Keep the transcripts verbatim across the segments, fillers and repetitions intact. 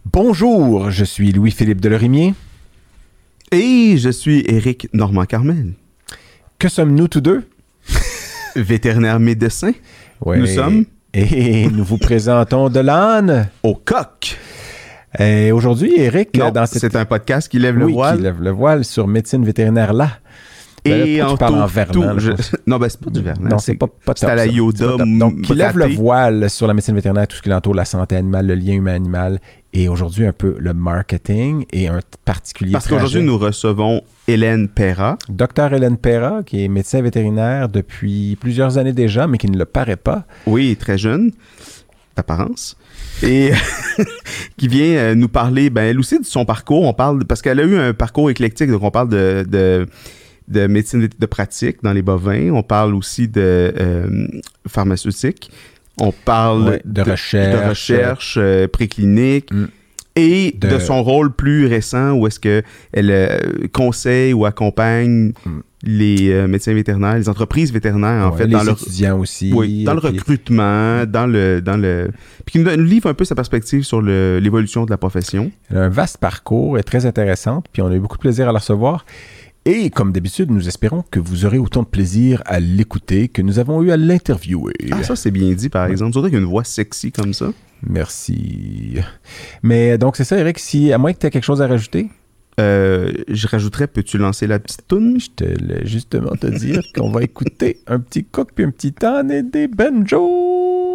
Bonjour, je suis Louis-Philippe Delorimier. Et je suis Éric Normand-Carmel. Que sommes-nous tous deux? Vétérinaire médecin. Ouais. Nous sommes... Et nous vous présentons de l'âne au coq. Et aujourd'hui, Éric... Non, dans cette... c'est un podcast qui lève oui, le voile. qui lève le voile sur médecine vétérinaire là. Et ben, en tu parles tout, en verlan. tout, je... Là, Non, ben c'est pas du verlan. Non, c'est, c'est pas, pas top. C'est à la Yoda. Donc, qui lève le raté. voile sur la médecine vétérinaire, tout ce qui l'entoure, la santé animale, le lien humain-animal, et aujourd'hui un peu le marketing et un particulier Parce trajet. qu'aujourd'hui, nous recevons Hélène Perra. Docteur Hélène Perra, qui est médecin vétérinaire depuis plusieurs années déjà, mais qui ne le paraît pas. Oui, très jeune, d'apparence. Et qui vient euh, nous parler, ben, elle aussi, de son parcours. On parle, parce qu'elle a eu un parcours éclectique, donc on parle de... de de médecine de pratique dans les bovins. On parle aussi de euh, pharmaceutique. On parle ouais, de, de recherche, de recherche euh, préclinique mm. et de... de son rôle plus récent où est-ce qu'elle euh, conseille ou accompagne mm. les euh, médecins vétérinaires, les entreprises vétérinaires, en ouais, fait. Les dans étudiants le, aussi. Oui, dans le puis... recrutement, dans le... Dans le puis qui nous, nous livre un peu sa perspective sur le, l'évolution de la profession. Elle a un vaste parcours, elle est très intéressante, puis on a eu beaucoup de plaisir à la recevoir. Et comme d'habitude, nous espérons que vous aurez autant de plaisir à l'écouter que nous avons eu à l'interviewer. Ah, ça, c'est bien dit, par exemple. Surtout qu'il y a une voix sexy comme ça. Merci. Mais donc, c'est ça, Éric. Si, à moins que tu aies quelque chose à rajouter? Euh, je rajouterais, peux-tu lancer la petite toune? Je te laisse justement te dire qu'on va écouter un petit coq puis un petit âne et des banjos.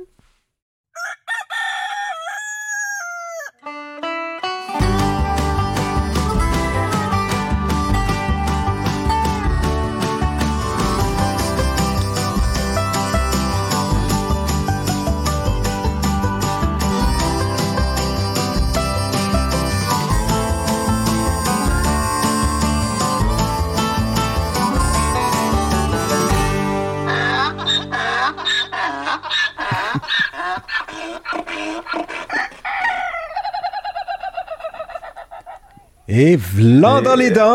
Et v'là dans les dents!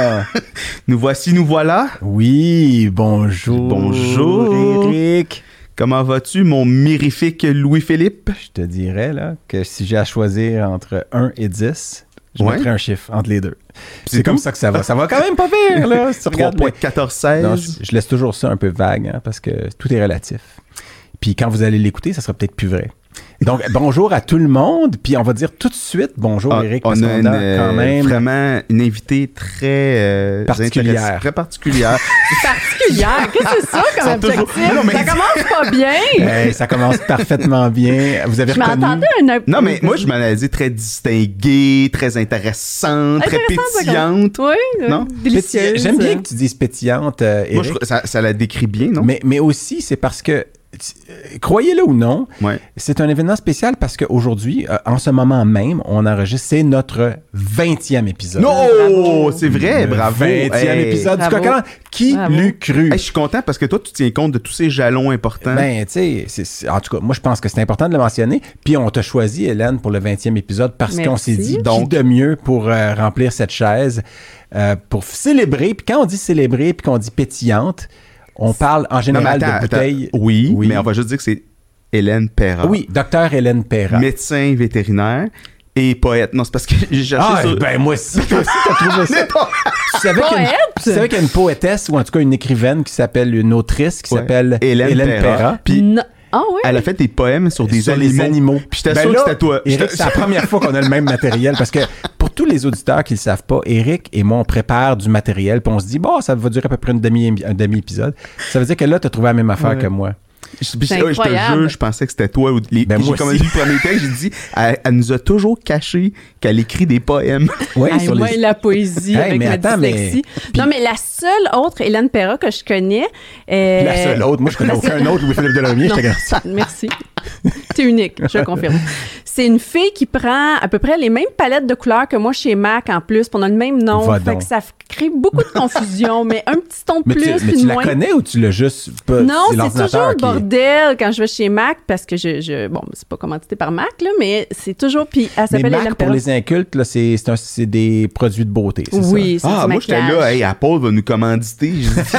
Nous voici, nous voilà. Oui, bonjour. Bonjour, Éric. Comment vas-tu, mon mirifique Louis-Philippe? Je te dirais là que si j'ai à choisir entre un et dix, je ouais. mettrais un chiffre entre les deux. C'est, c'est comme ça que ça va. Ça va quand même pas pire, là. Si tu trois virgule quatorze seize. Non, je laisse toujours ça un peu vague, hein, parce que tout est relatif. Puis quand vous allez l'écouter, ça sera peut-être plus vrai. Donc, bonjour à tout le monde. Puis on va dire tout de suite bonjour, ah, Éric, parce on a qu'on une, a quand même... vraiment une invitée très... Euh, particulière. Très particulière. particulière? Qu'est-ce que c'est ça comme objectif? Toujours... Non, mais... Ça commence pas bien. Hey, ça commence parfaitement bien. Vous avez je reconnu... m'entendais un... Non, mais moi, je m'en ai dit très distinguée, très intéressante, très pétillante. Oui, non? Délicieuse. J'aime bien que tu dises pétillante, euh, Éric. Moi, je... ça, ça la décrit bien, non? Mais, mais aussi, c'est parce que croyez-le ou non, ouais. c'est un événement spécial parce qu'aujourd'hui, euh, en ce moment même, on enregistre, c'est notre vingtième épisode. Non! Bravo. C'est vrai, le bravo! vingtième hey. épisode bravo. du Coq à l'âne. Qui bravo. l'eût cru? Hey, je suis content parce que toi, tu tiens compte de tous ces jalons importants. Ben, tu sais, c'est, c'est, en tout cas, moi, je pense que c'est important de le mentionner. Puis, on t'a choisi, Hélène, pour le vingtième épisode parce Merci. qu'on s'est dit, donc, qui de mieux pour euh, remplir cette chaise, euh, pour célébrer. Puis, quand on dit célébrer, puis qu'on dit pétillante, on parle en général non, attends, de bouteilles. Oui, oui, mais on va juste dire que c'est Hélène Perra. Oui, docteur Hélène Perra. Médecin vétérinaire et poète. Non, c'est parce que j'ai cherché ah, sur... ben moi aussi, toi aussi t'as trouvé ça. Tu savais, qu'il y a une, tu savais qu'il y a une poétesse, ou en tout cas une écrivaine qui s'appelle, une autrice qui ouais. s'appelle Hélène, Hélène Perra. Perra. Puis non. Ah oui? Elle a fait des poèmes sur des sur animaux. les animaux. Puis j'étais ben sûr là, que c'était toi. Éric, c'est la première fois qu'on a le même matériel parce que pour tous les auditeurs qui ne le savent pas, Éric et moi, on prépare du matériel puis on se dit, bon, ça va durer à peu près une demi, un demi-épisode. Ça veut dire que là, tu as trouvé la même affaire ouais. que moi. Je, je, je te jure, je pensais que c'était toi. Ou les, ben j'ai commencé le premier texte, j'ai dit, elle, elle nous a toujours caché qu'elle écrit des poèmes. Oui, hey, sur moi, les... la poésie hey, avec mais ma attends, dyslexie. Mais... Non, mais la seule autre Hélène Perra que je connais... Euh... La seule autre? Moi, je connais aucun autre Louis-Philippe Delorimier. Merci. C'est unique, je le confirme. C'est une fille qui prend à peu près les mêmes palettes de couleurs que moi chez MAC en plus, puis on a le même nom. Va fait donc. que ça crée beaucoup de confusion, mais un petit ton de mais plus, tu, mais puis tu moins. la connais ou tu l'as juste pas? Non, c'est, c'est toujours le qui... bordel quand je vais chez MAC parce que je, je bon, c'est pas commandité par MAC là, mais c'est toujours puis elle s'appelle mais Hélène MAC pour les incultes là, c'est c'est, un, c'est des produits de beauté, c'est oui, ça. Oui, c'est ah, du moi maquillage. j'étais là, hey, Apple va nous commanditer.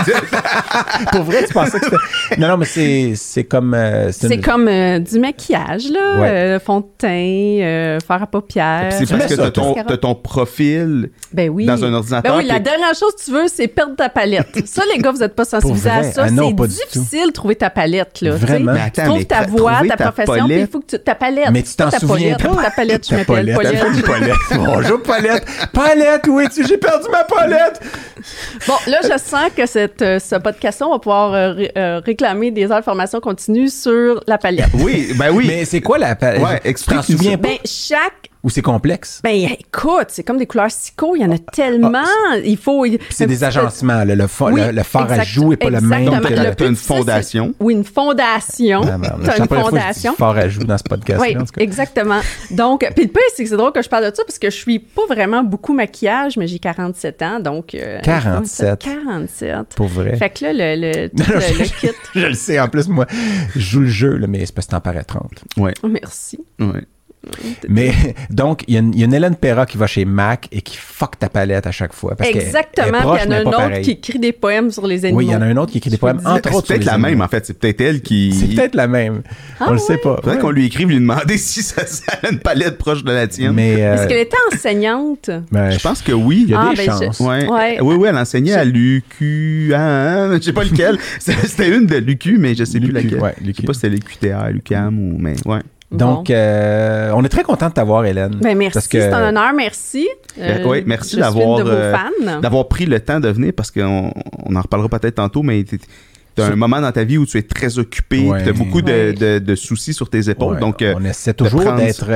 Pour vrai, tu pensais que c'était... Non, non, mais c'est, c'est comme... Euh, c'est c'est une... comme euh, du maquillage, là, ouais. euh, fond de teint, euh, faire à paupières. C'est parce que ça, t'as ton, mascara. t'as ton profil Ben oui. dans un ordinateur. Ben oui, la puis- dernière chose que tu veux, c'est perdre ta palette. Ça, les gars, vous n'êtes pas sensibilisés Pour à vrai? ça. Ah non, c'est pas du difficile de trouver ta palette. Là, Vraiment? tu sais. Mais attends, tu trouves mais ta tra- voix, trouver ta ta profession, puis il palette. faut que tu... Ta palette. Mais tu t'en ta souviens palette, pas. Ta palette, je Ta m'appelle Paulette, Paulette. elle s'appelle Paulette. Bonjour, Paulette. Paulette, où es-tu? J'ai perdu ma Paulette. Bon, là, je sens que cette, euh, ce podcast-là, on va pouvoir euh, ré- euh, réclamer des heures de formation continue sur la palette. Oui, ben oui. Mais c'est quoi la palette? Ouais, Tu t'en explique-nous souviens ça. pas? Ben, chaque... Ou c'est complexe? Ben, écoute, c'est comme des couleurs psycho. Il y en a tellement. Il faut... Puis c'est des agencements. là. Le, fo- Oui, le, le fard à exact- joues n'est pas le même. exactement. Donc, que t'as- Le le- t'as une petit, c'est- fondation. Oui, une fondation. Ah, merde. T'as C'est la une première fois que je dis fondation. fard à joues dans ce podcast-là. Oui, en tout cas. exactement. Donc, puis le pire, c'est que c'est drôle que je parle de ça parce que je suis pas vraiment beaucoup maquillage, mais j'ai quarante-sept ans, donc... euh, quarante-sept. quarante-sept. Pour vrai. Fait que là, le, le, tout Non, le, je- le kit... Je le sais. En plus, moi, je joue le jeu, là, mais c'est parce que t'en parais trente. Ouais, Oh, merci. ouais. Mais donc, il y, a une- il y a une Hélène Perra qui va chez Mac et qui fuck ta palette à chaque fois. Parce qu'elle- Exactement. elle est Puis proche, il y en mais a un pas autre pareil. qui écrit des poèmes sur les animaux. Oui, il y en a un autre qui écrit des poèmes, entre C'est autres. sur peut-être les la animaux. même, en fait. C'est peut-être elle qui. C'est peut-être la même. Ah On le ouais? sait pas. Faudrait Ouais. qu'on lui écrive, lui demander si ça, ça a une palette proche de la tienne. Mais. euh, Est-ce qu'elle était enseignante? ben, Je pense que oui. Il y a Ah, des ben, je- chances. Ouais. Ouais. Oui, oui, elle enseignait Je- à l'U Q. Ah, je sais pas lequel. C'était une de l'U Q, mais je sais plus L'U Q, laquelle. ouais, Je l'U sais Q. pas si c'était l'U Q T A, l'U Q A M ou. Mais ouais. Donc, Bon. euh, on est très content de t'avoir, Hélène. Ben merci, Parce que- c'est un honneur, merci. Euh, oui, merci je d'avoir, suis une de vos euh, fans. D'avoir pris le temps de venir parce qu'on on en reparlera peut-être tantôt, mais t'es- t'as un moment dans ta vie où tu es très occupé, Ouais. tu as beaucoup de, Ouais. de, de soucis sur tes épaules. Ouais, donc, euh, on essaie toujours prendre- d'être.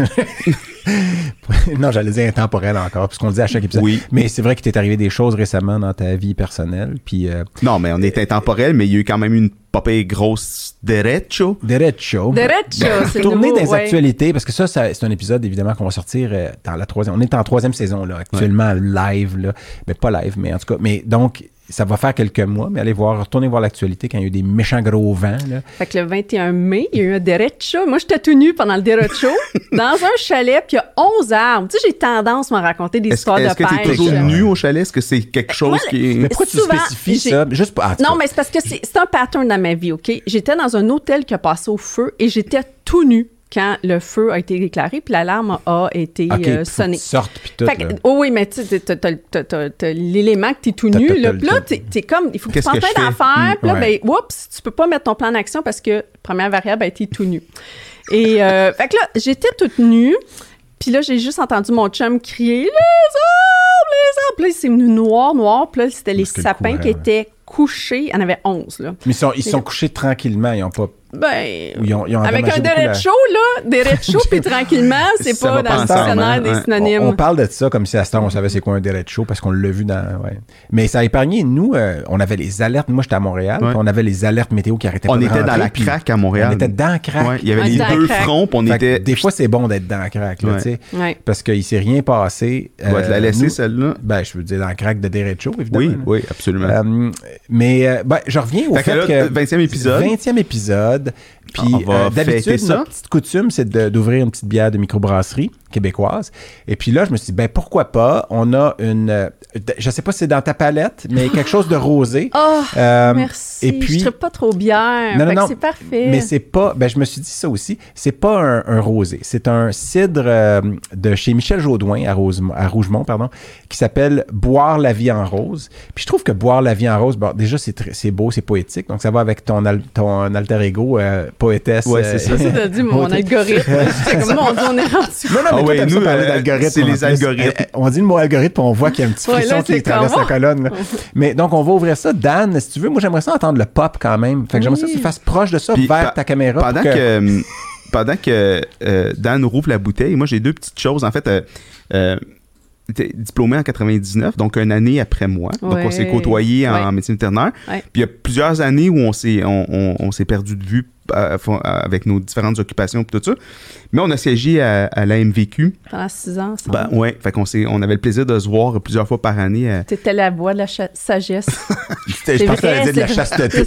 non, j'allais dire intemporel encore, puisqu'on le dit à chaque épisode. Oui. Mais c'est vrai qu'il t'est arrivé des choses récemment dans ta vie personnelle. Puis, euh, non, mais on est intemporel, mais il y a eu quand même une popée grosse derecho. Derecho. Derecho, c'est Tourner nouveau, des ouais. actualités, parce que ça, ça, c'est un épisode évidemment qu'on va sortir euh, dans la troisième. On est en troisième saison là, actuellement live là, mais pas live, mais en tout cas, mais donc ça va faire quelques mois, mais allez voir, retournez voir l'actualité quand il y a eu des méchants gros vents là. Fait que le vingt et un mai, il y a eu un derecho. Moi, j'étais tout nu pendant le derecho dans un chalet, puis il y a onze arbres. Tu sais, j'ai tendance à me raconter des Est-ce histoires est-ce de que tu es pêche. toujours Ouais. nu au chalet? Est-ce que c'est quelque chose moi, qui est. Mais pourquoi tu souvent, spécifies j'ai- ça juste pour, en tout Non, cas, mais c'est parce que c'est c'est un pattern dans ma vie, OK? J'étais dans un hôtel qui a passé au feu et j'étais tout nu quand le feu a été déclaré, puis l'alarme a été OK, euh, faut que sonnée. tu sortes puis tout Fait que, là. oh oui, mais tu sais, t'as- t'as- t'as- t'as t'as l'élément que t'es tout T'as- nu, t'as- là. t'as- Puis là, t'as- t'es t'es comme, il faut que tu Qu'est-ce fasses que je plein fais? d'affaires. Puis là, Ouais. ben, oups, tu peux pas mettre ton plan d'action parce que première variable a été tout nu. Et, euh, fait que là, j'étais toute nue. Puis là, j'ai juste entendu mon chum crier « Les arbres! Les arbres! » Puis là, c'est venu noir, noir. Puis là, c'était les Parce que le sapins courant, qui étaient couchés. Il y en avait onze, là. Mais ils sont, ils sont couchés tranquillement, ils ont pas. Ben, Ou ils ont- ils ont avec endommagé un beaucoup la- derecho, là, derecho, puis tranquillement, c'est Ça pas va dans pas le ensemble, dictionnaire hein, des hein. synonymes. On, on parle de ça comme si à ce temps on savait c'est quoi un derecho parce qu'on l'a vu dans. Ouais. Mais ça a épargné, nous, euh, on avait les alertes. Moi, j'étais à Montréal, Ouais. puis on avait les alertes météo qui arrêtaient pas On de était dans rentrer, la puis craque à Montréal. On était dans la craque. Ouais, il y avait On les était dans deux la craque. fronts, puis on Fait était. que des fois, c'est bon d'être dans la craque, là, Ouais. tu sais. Ouais. Parce qu'il s'est rien passé. On va te la Euh, laisser, nous- celle-là. Ben, je veux dire, dans la craque de derecho, évidemment. Oui, là. oui, absolument. Euh, mais euh, ben, je reviens au Fait que fait là, que... vingtième épisode. vingtième épisode. Puis On va euh, fêter d'habitude, ça. notre petite coutume, c'est de- d'ouvrir une petite bière de microbrasserie québécoise. Et puis là, je me suis dit, ben pourquoi pas? On a une... euh, je sais pas si c'est dans ta palette, mais quelque chose de rosé. Oh, Euh, merci. et puis- Je ne pas trop bière. Non, non, Fait que non. c'est parfait. Mais c'est pas... Ben, je me suis dit ça aussi. C'est pas un, un rosé. C'est un cidre euh, de chez Michel Jaudoin à, Rosemont, à Rougemont, pardon, qui s'appelle Boire la vie en rose. Puis je trouve que Boire la vie en rose, bon, déjà, c'est très- c'est beau, c'est poétique. Donc, ça va avec ton, al- ton alter ego, euh, poétesse. Ouais, euh, c'est ça. Ça, t'as dit mon Ok. algorithme. J'étais comme, mon Dieu, on est rendu. Non, non, mais Ah toi, ouais, t'aimes ça nous, parler euh, d'algorithme. c'est en les plus. algorithmes. Euh, On dit le mot algorithme, puis on voit qu'il y a un petit Ouais, frisson là, qui c'est traverse comme, la colonne. là. Mais donc, on va ouvrir ça. Dan, si tu veux, moi, j'aimerais ça entendre le pop quand même. Fait que j'aimerais ça que Oui. tu fasses proche de ça, Puis, vers pa- ta caméra. Pendant pour que, euh, pendant que euh, Dan rouvre la bouteille, moi j'ai deux petites choses. En fait, euh, euh, t'es diplômé en quatre-vingt-dix-neuf, donc une année après moi. Donc on s'est Ouais. côtoyés en Ouais. médecine vétérinaire. Ouais. Puis il y a plusieurs années où on s'est on, on, on s'est perdu de vue euh, fo- avec nos différentes occupations et tout ça. Mais on a siégé à, à la M V Q. Pendant six ans ensemble. Ben ouais, fait qu'on s'est, on avait le plaisir de se voir plusieurs fois par année. euh. T'étais la voix de la cha- sagesse. Je C'est pense que vrai, t'allais dire de la c'est- chasteté.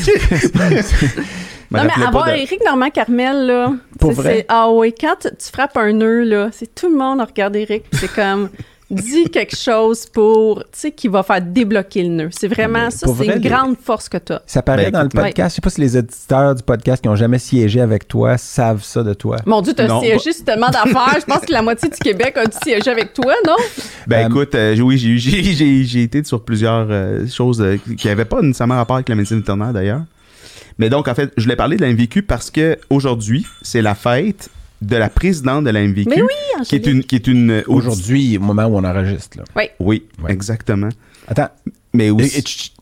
Je me Non, mais rappelais pas avoir de- Éric Normand-Carmel, là. Pour c'est- vrai? c'est- Ah oui, quand tu tu frappes un nœud, là, c'est tout le monde regarde Éric, puis c'est comme. dis quelque chose pour, tu sais, qui va faire débloquer le nœud. C'est vraiment Mais ça, pour c'est vrai, une les- grande force que tu as. Ça paraît Ben, dans le écoute, podcast. Je sais pas si les auditeurs du podcast qui ont jamais siégé avec toi savent ça de toi. Mon Dieu, tu as Non, siégé sur tellement d'affaires. Je pense que la moitié du Québec a dû siéger avec toi, non? Ben Euh, écoute, euh, oui, j'ai, j'ai, j'ai, j'ai été sur plusieurs euh, choses euh, qui n'avaient pas nécessairement rapport avec la médecine vétérinaire d'ailleurs. Mais donc, en fait, je voulais parler de la M V Q parce que aujourd'hui, c'est la fête de la présidente de la M V Q. Mais oui, qui est Angélique. une, qui est une euh, Aujourd'hui, au moment où on enregistre. Là. Oui. Oui, Ouais. exactement. Attends. Mais Et- aussi. et tch-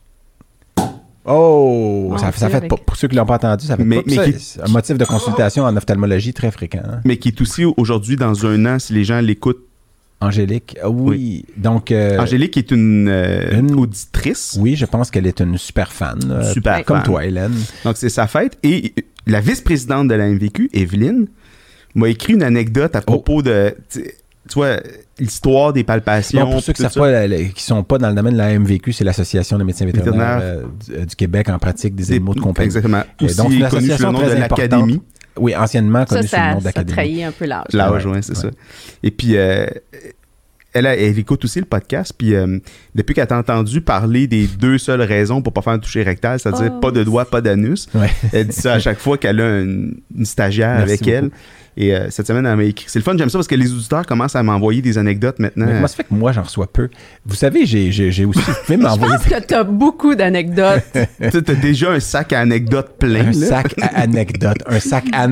Oh! Mon Ça, ça Dieu, fait, avec- pour, pour ceux qui l'ont pas entendu, ça fait Mais- pas, mais ça, qui- c'est un motif de consultation en ophtalmologie très fréquent. hein. Mais qui est aussi aujourd'hui dans un an, si les gens l'écoutent. Angélique, ah oui. Donc, euh, Angélique est une, euh, une- auditrice. oui, je pense qu'elle est une super fan. là. Super Comme fan. toi, Hélène. Donc, c'est sa fête. Et euh, la vice-présidente de la M V Q, Evelyne, m'a écrit une anecdote à propos de, tu tu vois, l'histoire des palpations. Bon, pour ceux qui tout ne ça. sont pas dans le domaine de la M V Q, c'est l'Association des médecins vétérinaires Vétérinaires. euh, du, euh, du Québec en pratique des animaux de compagnie. Exactement. Et Aussi donc, une connu sous le association nom de très l'Académie. Oui, anciennement Ça, connue sous le ça, nom ça d'Académie. trahit un peu l'âge. L'âge, Ouais, ouais, c'est ouais. ça. Et puis, euh, elle, a- elle écoute aussi le podcast. Puis, euh, depuis qu'elle t'a entendu parler des deux seules raisons pour pas faire un toucher rectal, c'est-à-dire Oh. pas de doigt, pas d'anus, Ouais. elle dit ça à chaque fois qu'elle a une, une stagiaire Merci avec elle. beaucoup. Et euh, cette semaine, elle m'a écrit. C'est le fun, j'aime ça parce que les auditeurs commencent à m'envoyer des anecdotes maintenant. Mais comment ça fait que moi, j'en reçois peu? Vous savez, j'ai, j'ai, j'ai aussi... Vous pouvez Je m'envoyer pense que tu as beaucoup d'anecdotes. Tu sais, t'as déjà un sac à anecdotes plein. un là. sac à anecdotes. Un sac à...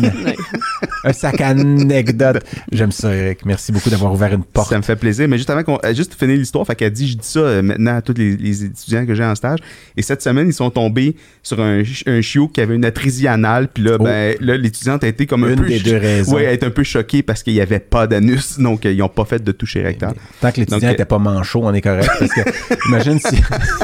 un sac à anecdotes. J'aime ça, Eric. Merci beaucoup d'avoir ouvert une porte. Ça me fait plaisir. Mais juste avant qu'on. euh, Juste finir l'histoire, fait qu'elle dit, je dis ça euh, maintenant à tous les, les étudiants que j'ai en stage. Et cette semaine, ils sont tombés sur un, ch- un chiot qui avait une atrésie anale. Puis là, Oh. ben, là, l'étudiante a été comme un Une peu. des deux raisons. Oui, elle est un peu choquée parce qu'il n'y avait pas d'anus. Donc, euh, ils n'ont pas fait de toucher rectal. Tant que l'étudiant Donc, n'était pas manchot, on est correct. Parce que, imagine si,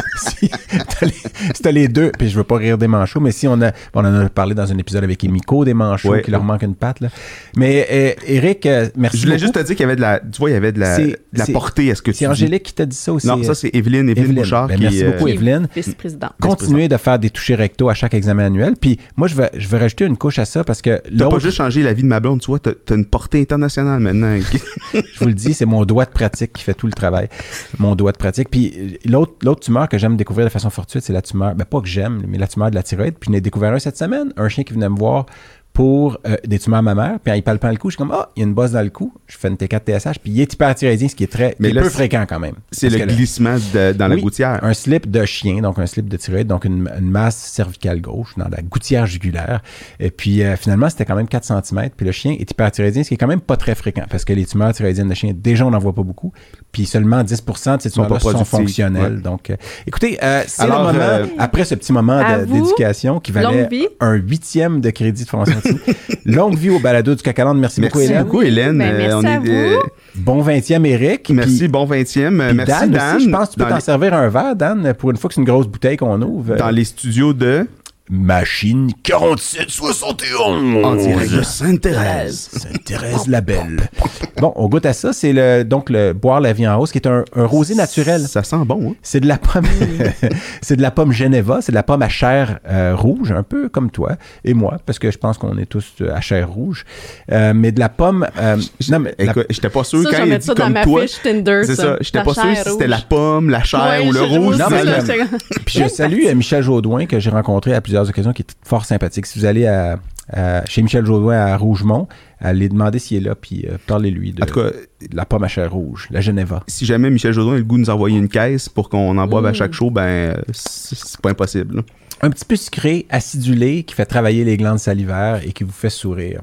si t'as les, si t'as les deux, puis je veux pas rire des manchots, mais si on a, on en a parlé dans un épisode avec Emiko, des manchots, Ouais. qui leur manque une patte, là. Mais, euh, Eric, euh, merci Je voulais beaucoup. juste te dire qu'il y avait de la. Tu vois, il y avait de la, C'est- de la c'est- portée à ce que tu C'est dis. Angélique qui t'a dit ça aussi. Non, ça, c'est Evelyne, Evelyne, Evelyne. Bouchard. Ben, qui, merci euh, beaucoup, Evelyne. Vice-président. Continuez de faire des touchés rectaux à chaque examen annuel. Puis moi, je vais, je vais rajouter une couche à ça parce que T'as l'autre, pas juste changé la vie de ma blonde, tu vois, t'as, t'as une portée internationale maintenant. je vous le dis, c'est mon doigt de pratique qui fait tout le travail. Mon doigt de pratique. Puis euh, l'autre, l'autre tumeur que j'aime découvrir de façon fortuite, c'est la tumeur, ben pas que j'aime, mais la tumeur de la thyroïde. Puis j'en ai découvert un cette semaine, un chien qui venait me voir pour euh, des tumeurs mammaires. Puis en y palpant le cou, je suis comme, ah, il y a une bosse dans le cou. Je fais une T quatre T S H, puis il est hyperthyroïdien, ce qui est très, Mais qui est là, peu c'est- fréquent quand même. C'est Parce le que glissement de- dans la Oui, gouttière. Un slip de chien, donc un slip de thyroïde, donc une, une masse cervicale gauche dans la gouttière jugulaire. Et puis euh, finalement, c'était quand même quatre centimètres. Puis le chien est hyperthyroïdien, ce qui est quand même pas très fréquent parce que les tumeurs thyroïdiennes de chien, déjà, on n'en voit pas beaucoup. Puis seulement dix pour cent de ces Sont pas tumeurs sont productives, fonctionnelles. ouais. Donc, euh, écoutez, euh, c'est Alors, le moment, euh, après ce petit moment à de- vous, d'éducation qui valait longue vie. un huitième de crédit de formation continue. Longue vie au balado du Cacaland. Merci, beaucoup, Merci Hélène. beaucoup, Hélène. Ben, merci on à est, vous. euh, Bon vingtième, Eric. merci, Puis- bon vingtième. puis Merci, Dan, Dan. aussi, je pense que tu peux dans, t'en les, servir un verre, Dan, pour une fois que c'est une grosse bouteille qu'on ouvre. dans les studios de Machine quarante-sept soixante et onze. En direct de Sainte-Thérèse. Sainte-Thérèse la Belle. Bon, on goûte à ça. C'est le, donc le boire la vie en rose, qui est un, un rosé naturel. Ça sent bon, hein? C'est de la pomme, c'est de la pomme Geneva, c'est de la pomme à chair euh, rouge, un peu comme toi et moi, parce que je pense qu'on est tous euh, à chair rouge. Euh, mais de la pomme. euh, non, mais la- Écoute, j'étais pas sûr Ça, quand je vais il mettre dit ça dans comme ma toi. fiche Tinder. C'est ça. J'étais pas sûr chair si c'était rouge. la pomme, la chair Ouais, ou le je- je rouge. vois Non, ça, mais là, j'aime. c'est- Puis je salue euh, Michel Jaudoin, que j'ai rencontré à plusieurs occasions, qui est fort sympathique. Si vous allez à, à- chez Michel Jaudoin à Rougemont, allez demander s'il est là, puis euh, parlez-lui de, En tout cas, de la pomme à chair rouge, la Geneva. si jamais Michel Jaudoin a le goût de nous envoyer une caisse pour qu'on en boive à Mm. chaque show, ben, euh, c'est c'est pas impossible. là. Un petit peu sucré, acidulé, qui fait travailler les glandes salivaires et qui vous fait sourire.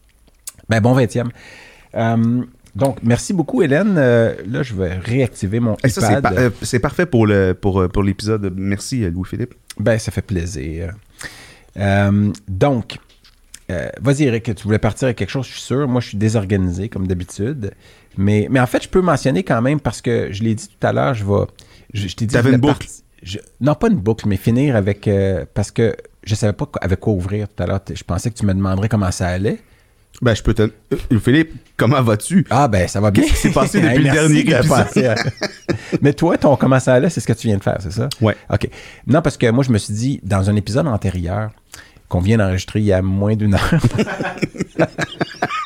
Ben, bon vingtième. Euh, donc, merci beaucoup, Hélène. Euh, là, je vais réactiver mon Et ça, c'est, iPad. par- euh, c'est parfait pour, le, pour, euh, pour l'épisode. Merci, euh, Louis-Philippe. Ben, ça fait plaisir. Euh, donc, euh, vas-y, Eric, tu voulais partir avec quelque chose, je suis sûr. Moi, je suis désorganisé, comme d'habitude. Mais, mais en fait, je peux mentionner quand même, parce que je l'ai dit tout à l'heure, je vais... Je, je t'ai dit... T'avais je une voulais boucle. parti- je- non, pas une boucle, mais finir avec... euh, parce que je savais pas avec quoi ouvrir tout à l'heure. Je pensais que tu me demanderais comment ça allait. Ben, je peux te. Euh, Louis-Philippe, comment vas-tu? Ah, ben, ça va bien. Qu'est-ce qui s'est passé depuis Hey, le merci dernier de épisode? penser à- Mais toi, ton comment ça allait, c'est ce que tu viens de faire, c'est ça? Ouais. OK. Non, parce que moi, je me suis dit, dans un épisode antérieur, qu'on vient d'enregistrer il y a moins d'une heure,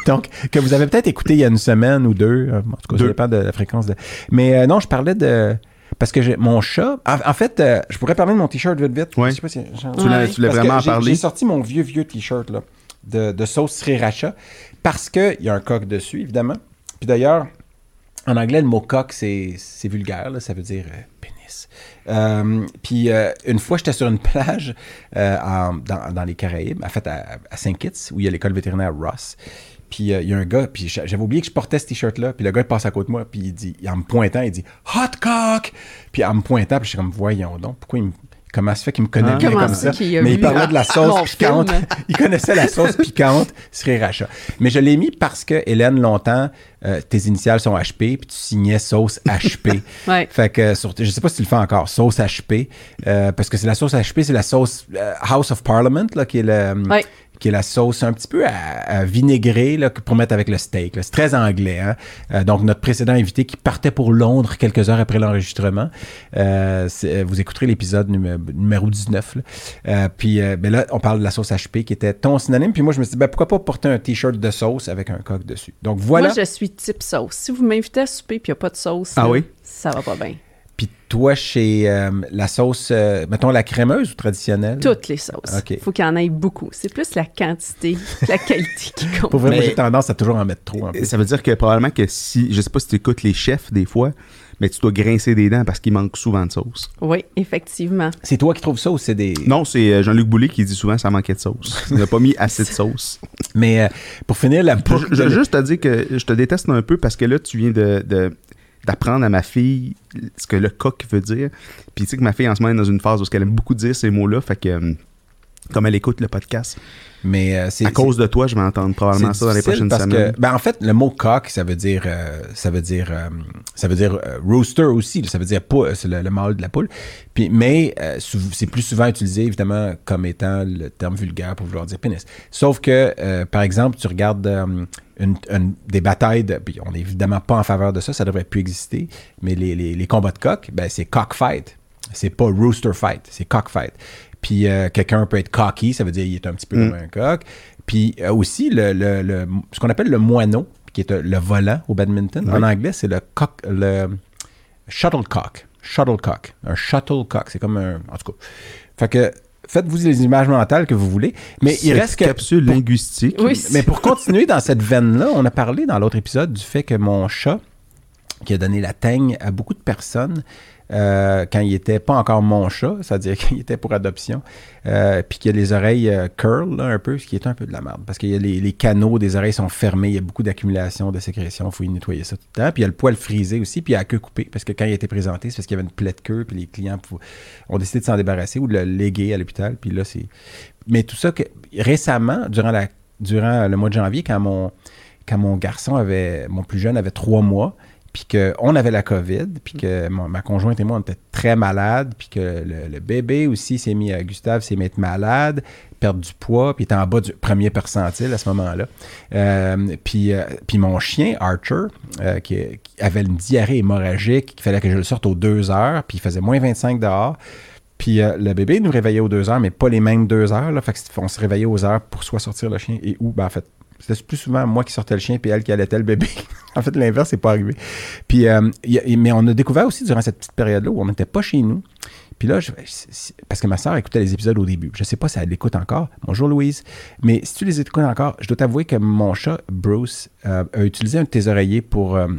Donc, que vous avez peut-être écouté il y a une semaine ou deux. En tout cas, deux. ça dépend de la fréquence. De... Mais euh, non, je parlais de... Parce que j'ai, mon chat... En, en fait, euh, je pourrais parler de mon T-shirt vite vite. Ouais. Je sais pas si... j'en- Tu l'as, Ouais. tu l'as Parce vraiment que j'ai, parlé. j'ai sorti mon vieux, vieux T-shirt là, de, de sauce sriracha parce qu'il y a un coq dessus, évidemment. Puis d'ailleurs, en anglais, le mot coq, c'est, c'est vulgaire. Là, ça veut dire euh, pénis. Euh, puis euh, une fois, j'étais sur une plage euh, en- dans, dans les Caraïbes, en fait à, à Saint-Kitts, où il y a l'école vétérinaire Ross. Puis euh, il y a un gars, puis j'a- j'avais oublié que je portais ce T-shirt-là. Puis le gars, il passe à côté de moi, puis il dit, en me pointant, il dit « Hot cock! » Puis en me pointant, puis je suis comme « Voyons donc, pourquoi il me... Comment ça fait qu'il me connaît Ah. bien Comment comme ça ça? » qu'il a Mais il vu parlait de la sauce mon piquante. film? Il connaissait la sauce piquante sriracha. Mais je l'ai mis parce que, Hélène, longtemps, euh, tes initiales sont H P, puis tu signais sauce H P. Ouais. Fait que, sur, je sais pas si tu le fais encore, sauce H P, euh, parce que c'est la sauce H P, c'est la sauce euh, House of Parliament, là, qui est le... Ouais. qui est la sauce un petit peu à, à vinaigrer là, pour mettre avec le steak. Là. C'est très anglais. Hein? Euh, donc, notre précédent invité qui partait pour Londres quelques heures après l'enregistrement, euh, c'est, vous écouterez l'épisode numé- numéro dix-neuf. Là. Euh, puis euh, ben là, on parle de la sauce H P qui était ton synonyme. Puis moi, je me suis dit, ben, pourquoi pas porter un T-shirt de sauce avec un coq dessus. Donc, voilà. Moi, je suis type sauce. Si vous m'invitez à souper puis il n'y a pas de sauce, Ah là, oui? ça va pas bien. Puis toi, chez euh, la sauce, euh, mettons la crémeuse ou traditionnelle? Toutes les sauces. OK. Il faut qu'il y en ait beaucoup. C'est plus la quantité que la qualité qui compte. Pour vrai, moi, Mais- j'ai tendance à toujours en mettre trop. Un peu. Ça veut dire que probablement que si, je sais pas si tu écoutes les chefs des fois, mais tu dois grincer des dents parce qu'il manque souvent de sauce. Oui, effectivement. C'est toi qui trouves ça ou c'est des... Non, c'est euh, Jean-Luc Boulay qui dit souvent que ça manquait de sauce. Il n'a pas mis assez de sauce. Mais euh, pour finir la Je, boucle je de- veux juste te dire que je te déteste un peu parce que là, tu viens de, de- d'apprendre à ma fille ce que le coq veut dire. Puis tu sais que ma fille en ce moment est dans une phase où elle aime beaucoup dire ces mots-là. Fait que, euh, comme elle écoute le podcast, Mais euh, c'est... à cause de toi, je vais entendre probablement C'est ça dans les difficile prochaines parce semaines. que, ben en fait, le mot coq, ça veut dire, euh, ça veut dire, euh, ça veut dire euh, rooster aussi. là, ça veut dire poule, c'est le, le mâle de la poule. Puis, mais euh, sou- c'est plus souvent utilisé évidemment comme étant le terme vulgaire pour vouloir dire pénis. Sauf que, euh, par exemple, tu regardes euh, une, une- des batailles de, puis on n'est évidemment pas en faveur de ça, ça devrait plus exister. Mais les, les, les combats de coq, ben c'est cockfight. C'est pas rooster fight, c'est cockfight. Puis euh, quelqu'un peut être cocky, ça veut dire qu'il est un petit peu Mm. comme un coq. Puis euh, aussi, le, le- le- ce qu'on appelle le moineau, qui est euh, le volant au badminton, Oui. en anglais, c'est le coq, le shuttlecock. Shuttlecock. Un shuttlecock, c'est comme un... En tout cas. Fait que faites-vous les images mentales que vous voulez. Mais il Cette reste que... capsule pour- linguistique. Oui, mais pour continuer dans cette veine-là, on a parlé dans l'autre épisode du fait que mon chat, qui a donné la teigne à beaucoup de personnes, euh, quand il était pas encore mon chat, c'est-à-dire qu'il était pour adoption, euh, puis qu'il a les oreilles euh, curl, là, un peu, ce qui est un peu de la merde, parce que les, les canaux des oreilles sont fermés, il y a beaucoup d'accumulation de sécrétion, il faut y nettoyer ça tout le temps, puis il y a le poil frisé aussi, puis il y a la queue coupée, parce que quand il a été présenté, c'est parce qu'il y avait une plaie de queue, puis les clients pou- ont décidé de s'en débarrasser ou de le léguer à l'hôpital, puis là, c'est... Mais tout ça, que, récemment, durant, la, durant le mois de janvier, quand mon, quand mon garçon avait, mon plus jeune avait trois mois, puis qu'on avait la COVID, puis que mon- ma conjointe et moi, on était très malades, puis que le, le bébé aussi s'est mis, à Gustave s'est mis à être malade, perdre du poids, puis il était en bas du premier percentile à ce moment-là. Euh, puis, euh, puis mon chien, Archer, euh, qui, qui avait une diarrhée hémorragique, qu'il fallait que je le sorte aux deux heures, puis il faisait moins vingt-cinq dehors. Puis euh, le bébé nous réveillait aux deux heures, mais pas les mêmes deux heures. Là, fait que on se réveillait aux heures pour soit sortir le chien et où, ben en fait, c'était plus souvent moi qui sortais le chien puis elle qui allaitait le bébé. En fait, l'inverse n'est pas arrivé. Puis, euh, y a- mais on a découvert aussi durant cette petite période-là où on n'était pas chez nous. Puis là, je- c'est- c'est- parce que ma soeur écoutait les épisodes au début. Je ne sais pas si elle l'écoute encore. Bonjour Louise. Mais si tu les écoutes encore, je dois t'avouer que mon chat, Bruce, euh, a utilisé un de tes oreillers pour... euh,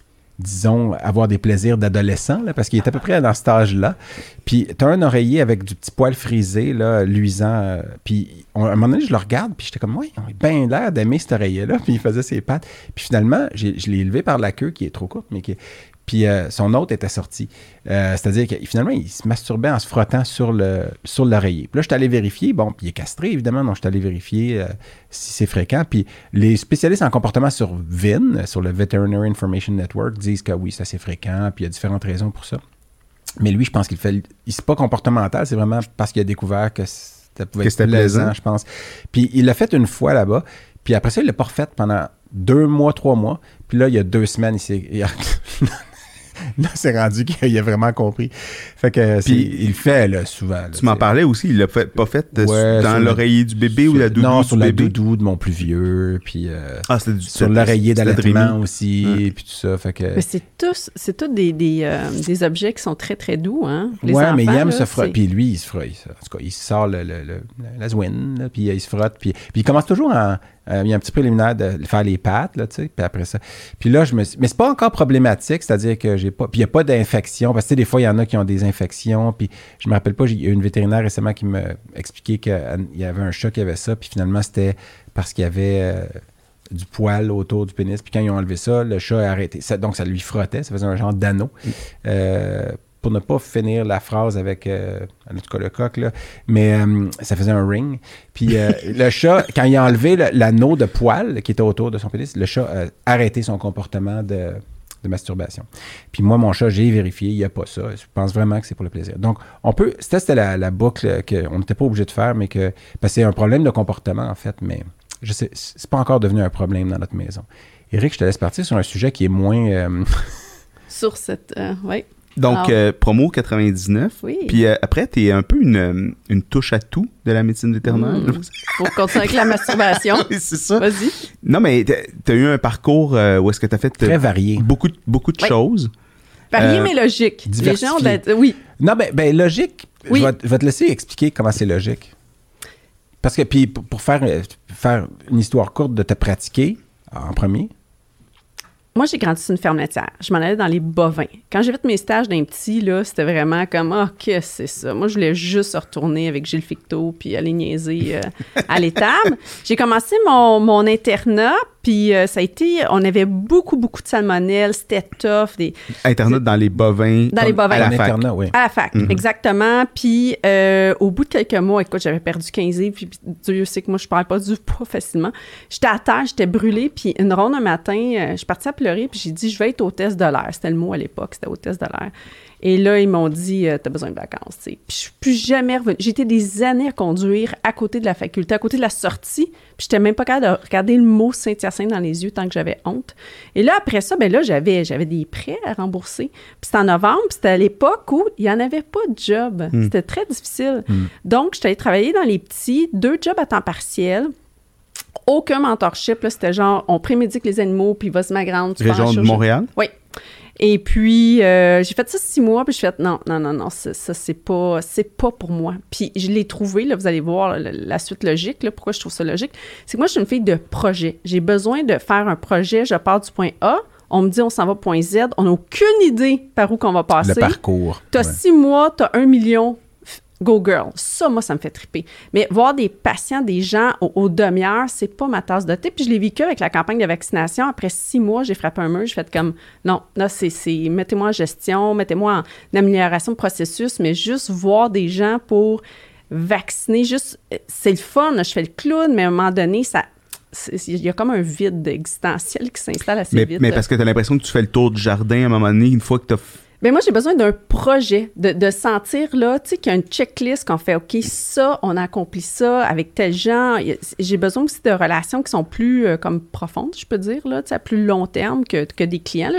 disons, avoir des plaisirs d'adolescent, là, parce qu'il est à peu près dans cet âge-là. Puis, tu as un oreiller avec du petit poil frisé, là, luisant. euh, puis, on- à un moment donné, je le regarde, puis j'étais comme, oui, on a bien l'air d'aimer cet oreiller-là. Puis, il faisait ses pattes. Puis, finalement, j'ai- je l'ai élevé par la queue, qui est trop courte, mais qui est... Puis, euh, son hôte était sorti. Euh, c'est-à-dire que finalement, il se masturbait en se frottant sur, le, sur l'oreiller. Puis là, je suis allé vérifier. Bon, puis il est castré, évidemment, donc je suis allé vérifier euh, si c'est fréquent. Puis les spécialistes en comportement sur V I N, sur le Veterinary Information Network, disent que oui, c'est assez fréquent, puis il y a différentes raisons pour ça. Mais lui, je pense qu'il fait... Il, c'est pas comportemental, c'est vraiment parce qu'il a découvert que ça pouvait Que être c'était plaisant, plaisant. je pense. Puis il l'a fait une fois là-bas, puis après ça, il l'a pas refait pendant deux mois, trois mois. Puis là, il y a deux semaines, il s'est... il a- là, c'est rendu qu'il a vraiment compris. Fait que c'est, il le fait, là, souvent. Là, tu m'en parlais aussi, il l'a fait, pas fait de, ouais, dans l'oreiller du bébé sur, ou la doudou non, du sur bébé? la doudou de mon plus vieux, puis euh, ah, c'était du, sur l'oreiller d'allaitement aussi, ouais. puis tout ça. Fait que... Mais c'est tous, c'est tous des, des, euh, des objets qui sont très, très doux, hein? Les ouais, enfants, mais il aime là, se frotter. c'est... Puis lui, il se frotte. En tout cas, il sort le, le, le, la zouine, là, puis il se frotte. Puis, puis il commence toujours en... Euh, il y a un petit préliminaire de faire les pattes, là, tu sais, puis après ça. Puis là, je me suis... Mais c'est pas encore problématique, c'est-à-dire que j'ai pas... Puis il n'y a pas d'infection, parce que, tu sais, des fois, il y en a qui ont des infections, puis je me rappelle pas, il y a une vétérinaire récemment qui m'a expliqué qu'il y avait un chat qui avait ça, puis finalement, c'était parce qu'il y avait... Euh, du poil autour du pénis, puis quand ils ont enlevé ça, le chat a arrêté. Ça, donc, ça lui frottait, ça faisait un genre d'anneau. Mm. Euh, pour ne pas finir la phrase avec, euh, en tout cas, le coq, là, mais euh, ça faisait un ring. Puis euh, le chat, quand il a enlevé le, l'anneau de poil qui était autour de son pénis, le chat a arrêté son comportement de, de masturbation. Puis moi, mon chat, j'ai vérifié, il n'y a pas ça. Je pense vraiment que c'est pour le plaisir. Donc, on peut... C'était, c'était la, la boucle qu'on n'était pas obligé de faire, mais que... Parce que c'est un problème de comportement, en fait, mais... Je sais, c'est pas encore devenu un problème dans notre maison. Éric, je te laisse partir sur un sujet qui est moins... Euh... sur cette... Euh, oui. Donc, ah. euh, promo quatre-vingt-dix-neuf. Oui. Puis euh, après, tu es un peu une, une touche à tout de la médecine vétérinaire. Mmh. Pour continuer avec la masturbation. Oui, c'est ça. Vas-y. Non, mais tu as eu un parcours euh, où est-ce que tu as fait... Très varié. Beaucoup, beaucoup de oui. choses. Varié, euh, mais logique. Les gens ont de... Oui. Non, ben, ben logique. Oui. Je, vais, je vais te laisser expliquer comment c'est logique. Parce que, puis, pour faire, faire une histoire courte de te pratiquer en premier. Moi, j'ai grandi sur une ferme laitière. Je m'en allais dans les bovins. Quand j'ai fait mes stages d'un petit, là, c'était vraiment comme « Ah, oh, qu'est-ce que c'est ça? » Moi, je voulais juste retourner avec Gilles Ficteau puis aller niaiser euh, à l'étable. J'ai commencé mon, mon internat, puis euh, ça a été... On avait beaucoup, beaucoup de salmonelle, c'était tough. Des, internat dans les bovins. Dans les bovins. À la fac. Internat, oui. À la fac, mm-hmm. exactement. Puis euh, au bout de quelques mois, écoute, j'avais perdu quinze livres, puis, puis Dieu sait que moi, je ne parle pas du poids facilement. J'étais à terre, j'étais brûlée, puis une ronde un matin, euh, je suis partie à pleurer, puis j'ai dit, je vais être hôtesse de l'air. C'était le mot à l'époque, c'était hôtesse de l'air. Et là, ils m'ont dit, euh, t'as besoin de vacances, tu sais. Puis je suis plus jamais revenue. J'ai été des années à conduire à côté de la faculté, à côté de la sortie, puis j'étais même pas capable de regarder le mot Saint-Hyacinthe dans les yeux tant que j'avais honte. Et là, après ça, ben là, j'avais, j'avais des prêts à rembourser. Puis c'était en novembre, puis c'était à l'époque où il n'y en avait pas de job. Mm. C'était très difficile. Mm. Donc, j'étais allée travailler dans les petits, deux jobs à temps partiel. Aucun mentorship, là, c'était genre, on prémédique les animaux, puis vas-y ma grande. Tu Région de Montréal? Oui. Et puis, euh, j'ai fait ça six mois, puis je fait non, non, non, non, ça, ça c'est pas, c'est pas pour moi. Puis je l'ai trouvé, là, vous allez voir la, la suite logique, là, pourquoi je trouve ça logique. C'est que moi, je suis une fille de projet. J'ai besoin de faire un projet, je pars du point A, on me dit on s'en va point Z, on n'a aucune idée par où qu'on va passer. Le parcours. T'as ouais. six mois, t'as un million. Go girl. Ça, moi, ça me fait triper. Mais voir des patients, des gens aux, aux demi-heures, c'est pas ma tasse de thé. Puis je l'ai vécu avec la campagne de vaccination. Après six mois, j'ai frappé un mur. J'ai fait comme, non, là, c'est, c'est mettez-moi en gestion, mettez-moi en amélioration de processus, mais juste voir des gens pour vacciner, juste, c'est le fun. Je fais le clown, mais à un moment donné, ça... il y a comme un vide existentiel qui s'installe assez mais, vite. Mais parce que tu as l'impression que tu fais le tour du jardin à un moment donné, une fois que tu as... Bien, moi, j'ai besoin d'un projet, de, de sentir, là, tu sais, qu'il y a une checklist qu'on fait, OK, ça, on a accompli ça avec tel genre. J'ai besoin aussi de relations qui sont plus, euh, comme, profondes, je peux dire, là, tu sais, à plus long terme que, que des clients, là.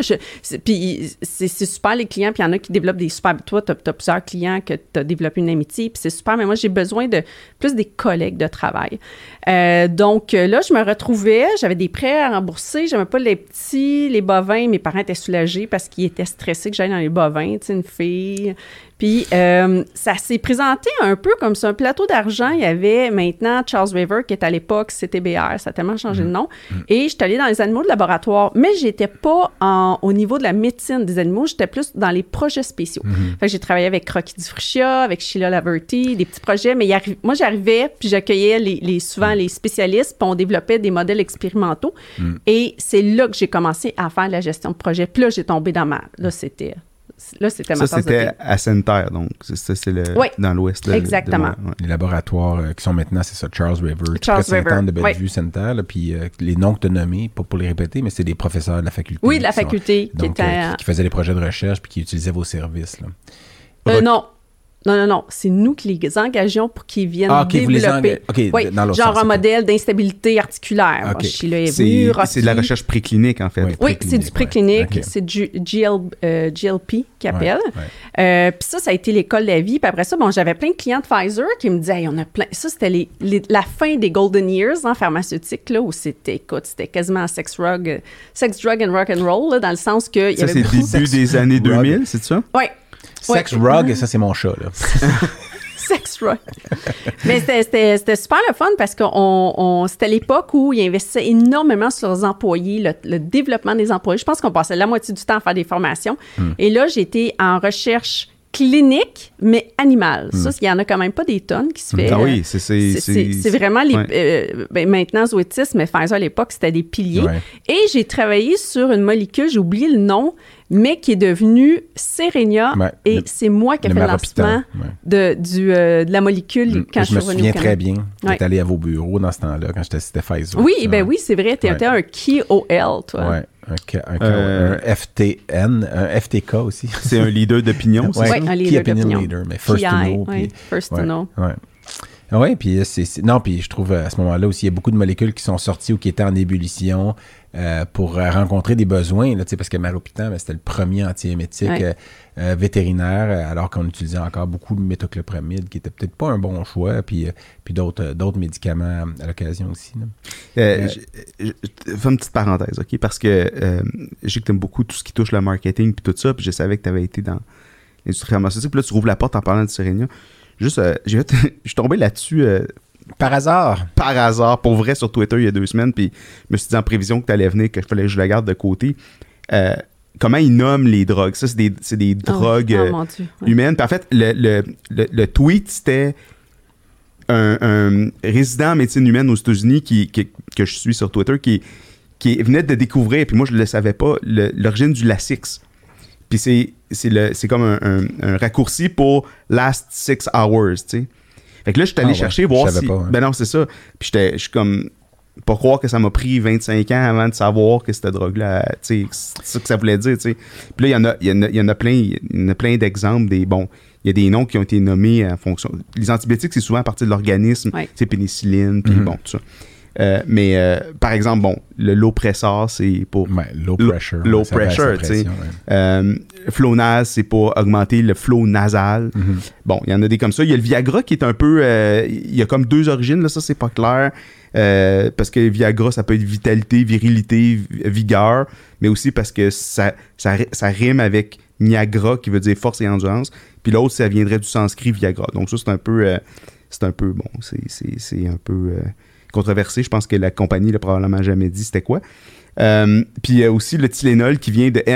Puis c'est, c'est super, les clients, puis il y en a qui développent des super... Toi, tu as plusieurs clients que tu as développé une amitié, puis c'est super, mais moi, j'ai besoin de plus des collègues de travail. Euh, donc, là, je me retrouvais, j'avais des prêts à rembourser, j'aimais pas les petits, les bovins, mes parents étaient soulagés parce qu'ils étaient stressés que j'aille dans les bovins, tu sais, une fille. Puis, euh, ça s'est présenté un peu comme sur un plateau d'argent. Il y avait maintenant Charles River, qui est à l'époque C T B R. Ça a tellement changé de nom. Mm. Et j'étais allée dans les animaux de laboratoire. Mais j'étais pas en, au niveau de la médecine des animaux. J'étais plus dans les projets spéciaux. Mm-hmm. Fait que j'ai travaillé avec Rocky Dufruchia, avec Sheila Laverty, des petits projets. Mais arri- moi, j'arrivais, puis j'accueillais les, les, souvent mm. les spécialistes, puis on développait des modèles expérimentaux. Mm. Et c'est là que j'ai commencé à faire la gestion de projet. Puis là, j'ai tombé dans ma... Là, c'était... Là, c'était ma ça, c'était à Sainte-Terre, donc. Ça, c'est le, oui, dans l'ouest. De, exactement. De, ouais. Les laboratoires euh, qui sont maintenant, c'est ça, Charles River, Charles River. Sainte-Anne de Bellevue, oui. Sainte-Terre. Là, puis euh, les noms que tu as nommés, pas pour les répéter, mais c'est des professeurs de la faculté. Oui, de la faculté. Sont, qui, donc, était... euh, qui, qui faisaient des projets de recherche puis qui utilisaient vos services. Là. Euh, non. Non, non, non. C'est nous qui les engageons pour qu'ils viennent Ah, OK, vous les développer. enga- OK, oui, dans l'autre genre sens, un OK. modèle d'instabilité articulaire. OK. Bon, Sheila est C'est, venue, c'est de la Rocky. recherche préclinique, en fait. Oui. Oui, c'est du préclinique. ouais. OK. C'est du G L, euh, G L P qu'ils appellent. Ouais, Euh, Puis ça, ça a été l'école de la vie. Puis après ça, bon, j'avais plein de clients de Pfizer qui me disaient, hey, on a plein. Ça, c'était les, les- la fin des golden years en pharmaceutique, là, où c'était, écoute, c'était quasiment sex, drug, euh, sex, drug and rock and roll, là, dans le sens que. il y Ça, avait c'est le beaucoup- début des années Rug. deux mille, c'est ça? Oui. Sex Ouais. Rug, ça, c'est mon chat, là. Sex drug. Mais c'était, c'était, c'était super le fun parce que on, on, c'était l'époque où ils investissaient énormément sur leurs employés, le, le développement des employés. Je pense qu'on passait la moitié du temps à faire des formations. Hmm. Et là, j'étais en recherche clinique, mais animale. Ça, il y en a quand même pas des tonnes qui se fait. Ah euh, oui, c'est... C'est, c'est, c'est- c'est vraiment les. ouais. euh, ben, maintenant, Zoetis, mais Pfizer à l'époque, c'était des piliers. Ouais. Et j'ai travaillé sur une molécule, j'ai oublié le nom, mais qui est devenue Serenia. Ouais, et le- c'est moi qui ai le fait le Maropitan, lancement ouais. de, du, euh, de la molécule Mm. quand je je suis me revenue souviens au très Canada. bien Ouais. d'être allé à vos bureaux dans ce temps-là, quand j'étais c'était Pfizer. Oui, ça. ben oui, c'est vrai. Tu étais Ouais. un key O L, toi. Ouais, un, K- un, K- Euh, un F T N, un F T K aussi. C'est un leader d'opinion, c'est Ouais, ça? un Key leader Opinion d'opinion. Leader, mais First P I, to Know. ouais, puis- First to ouais, Know. Ouais. Oui, puis c'est, c'est- non, puis je trouve euh, à ce moment-là aussi, il y a beaucoup de molécules qui sont sorties ou qui étaient en ébullition euh, pour euh, rencontrer des besoins, là, tu sais, parce que Maropitan, ben, c'était le premier antiémétique Ouais. euh, euh, vétérinaire, euh, alors qu'on utilisait encore beaucoup de métoclopramide, qui était peut-être pas un bon choix, puis, euh, puis d'autres, euh, d'autres médicaments à l'occasion aussi. Là. Euh, Euh, je, je- je fais une petite parenthèse, OK? Parce que euh, je sais que tu aimes beaucoup tout ce qui touche le marketing puis tout ça, puis je savais que tu avais été dans l'industrie pharmaceutique. Puis là, tu rouvres la porte en parlant de Serenia. Juste, euh, j'ai fait- je suis tombé là-dessus euh, Par hasard. par hasard, pour vrai, sur Twitter il y a deux semaines, puis je me suis dit en prévision que tu allais venir, que je fallait que je la garde de côté. Euh, comment ils nomment les drogues? Ça, c'est des, c'est des Oh, drogues oh, euh, mon Dieu. Ouais. humaines. Puis en fait, le, le, le, le tweet, c'était un, un résident en médecine humaine aux États-Unis qui, qui- que je suis sur Twitter qui, qui venait de découvrir, puis moi je ne le savais pas, le- l'origine du Lasix. Puis c'est, c'est, le, c'est comme un, un- un raccourci pour Last Six Hours, tu sais. Fait que là, je suis allé Ah ouais, chercher, je voir savais si... pas, hein. Ben non, c'est ça. Puis j'étais, je suis comme... Pas croire que ça m'a pris vingt-cinq ans avant de savoir que cette drogue-là, tu sais, c'est ça que ça voulait dire, tu sais. Puis là, il y en a, il y en a, il y en a plein, il y en a plein d'exemples des, bon, il y a des noms qui ont été nommés en fonction... Les antibiotiques, c'est souvent à partir de l'organisme, Ouais. tu sais, pénicilline, puis Mhm. bon, tout ça. Euh, mais, euh, par exemple, bon, le Lopressor, c'est pour... Ouais, low Low- pressure. low ouais, ça baisse pressure, la tu sais. pression, ouais. Euh, Flonase, c'est pour augmenter le flow nasal. Mhm. Bon, il y en a des comme ça. Il y a le Viagra qui est un peu... euh, il y a comme deux origines, là, ça, c'est pas clair. Euh, parce que Viagra, ça peut être vitalité, virilité, vi- vigueur, mais aussi parce que ça, ça, ri- ça rime avec Niagara, qui veut dire force et endurance. Puis l'autre, ça viendrait du sanskrit Viagra. Donc ça, c'est un peu... euh, c'est un peu... Bon, c'est, c'est, c'est un peu... euh, controversé. Je pense que la compagnie l'a probablement jamais dit c'était quoi. Euh, puis il y a aussi le Tylenol qui vient de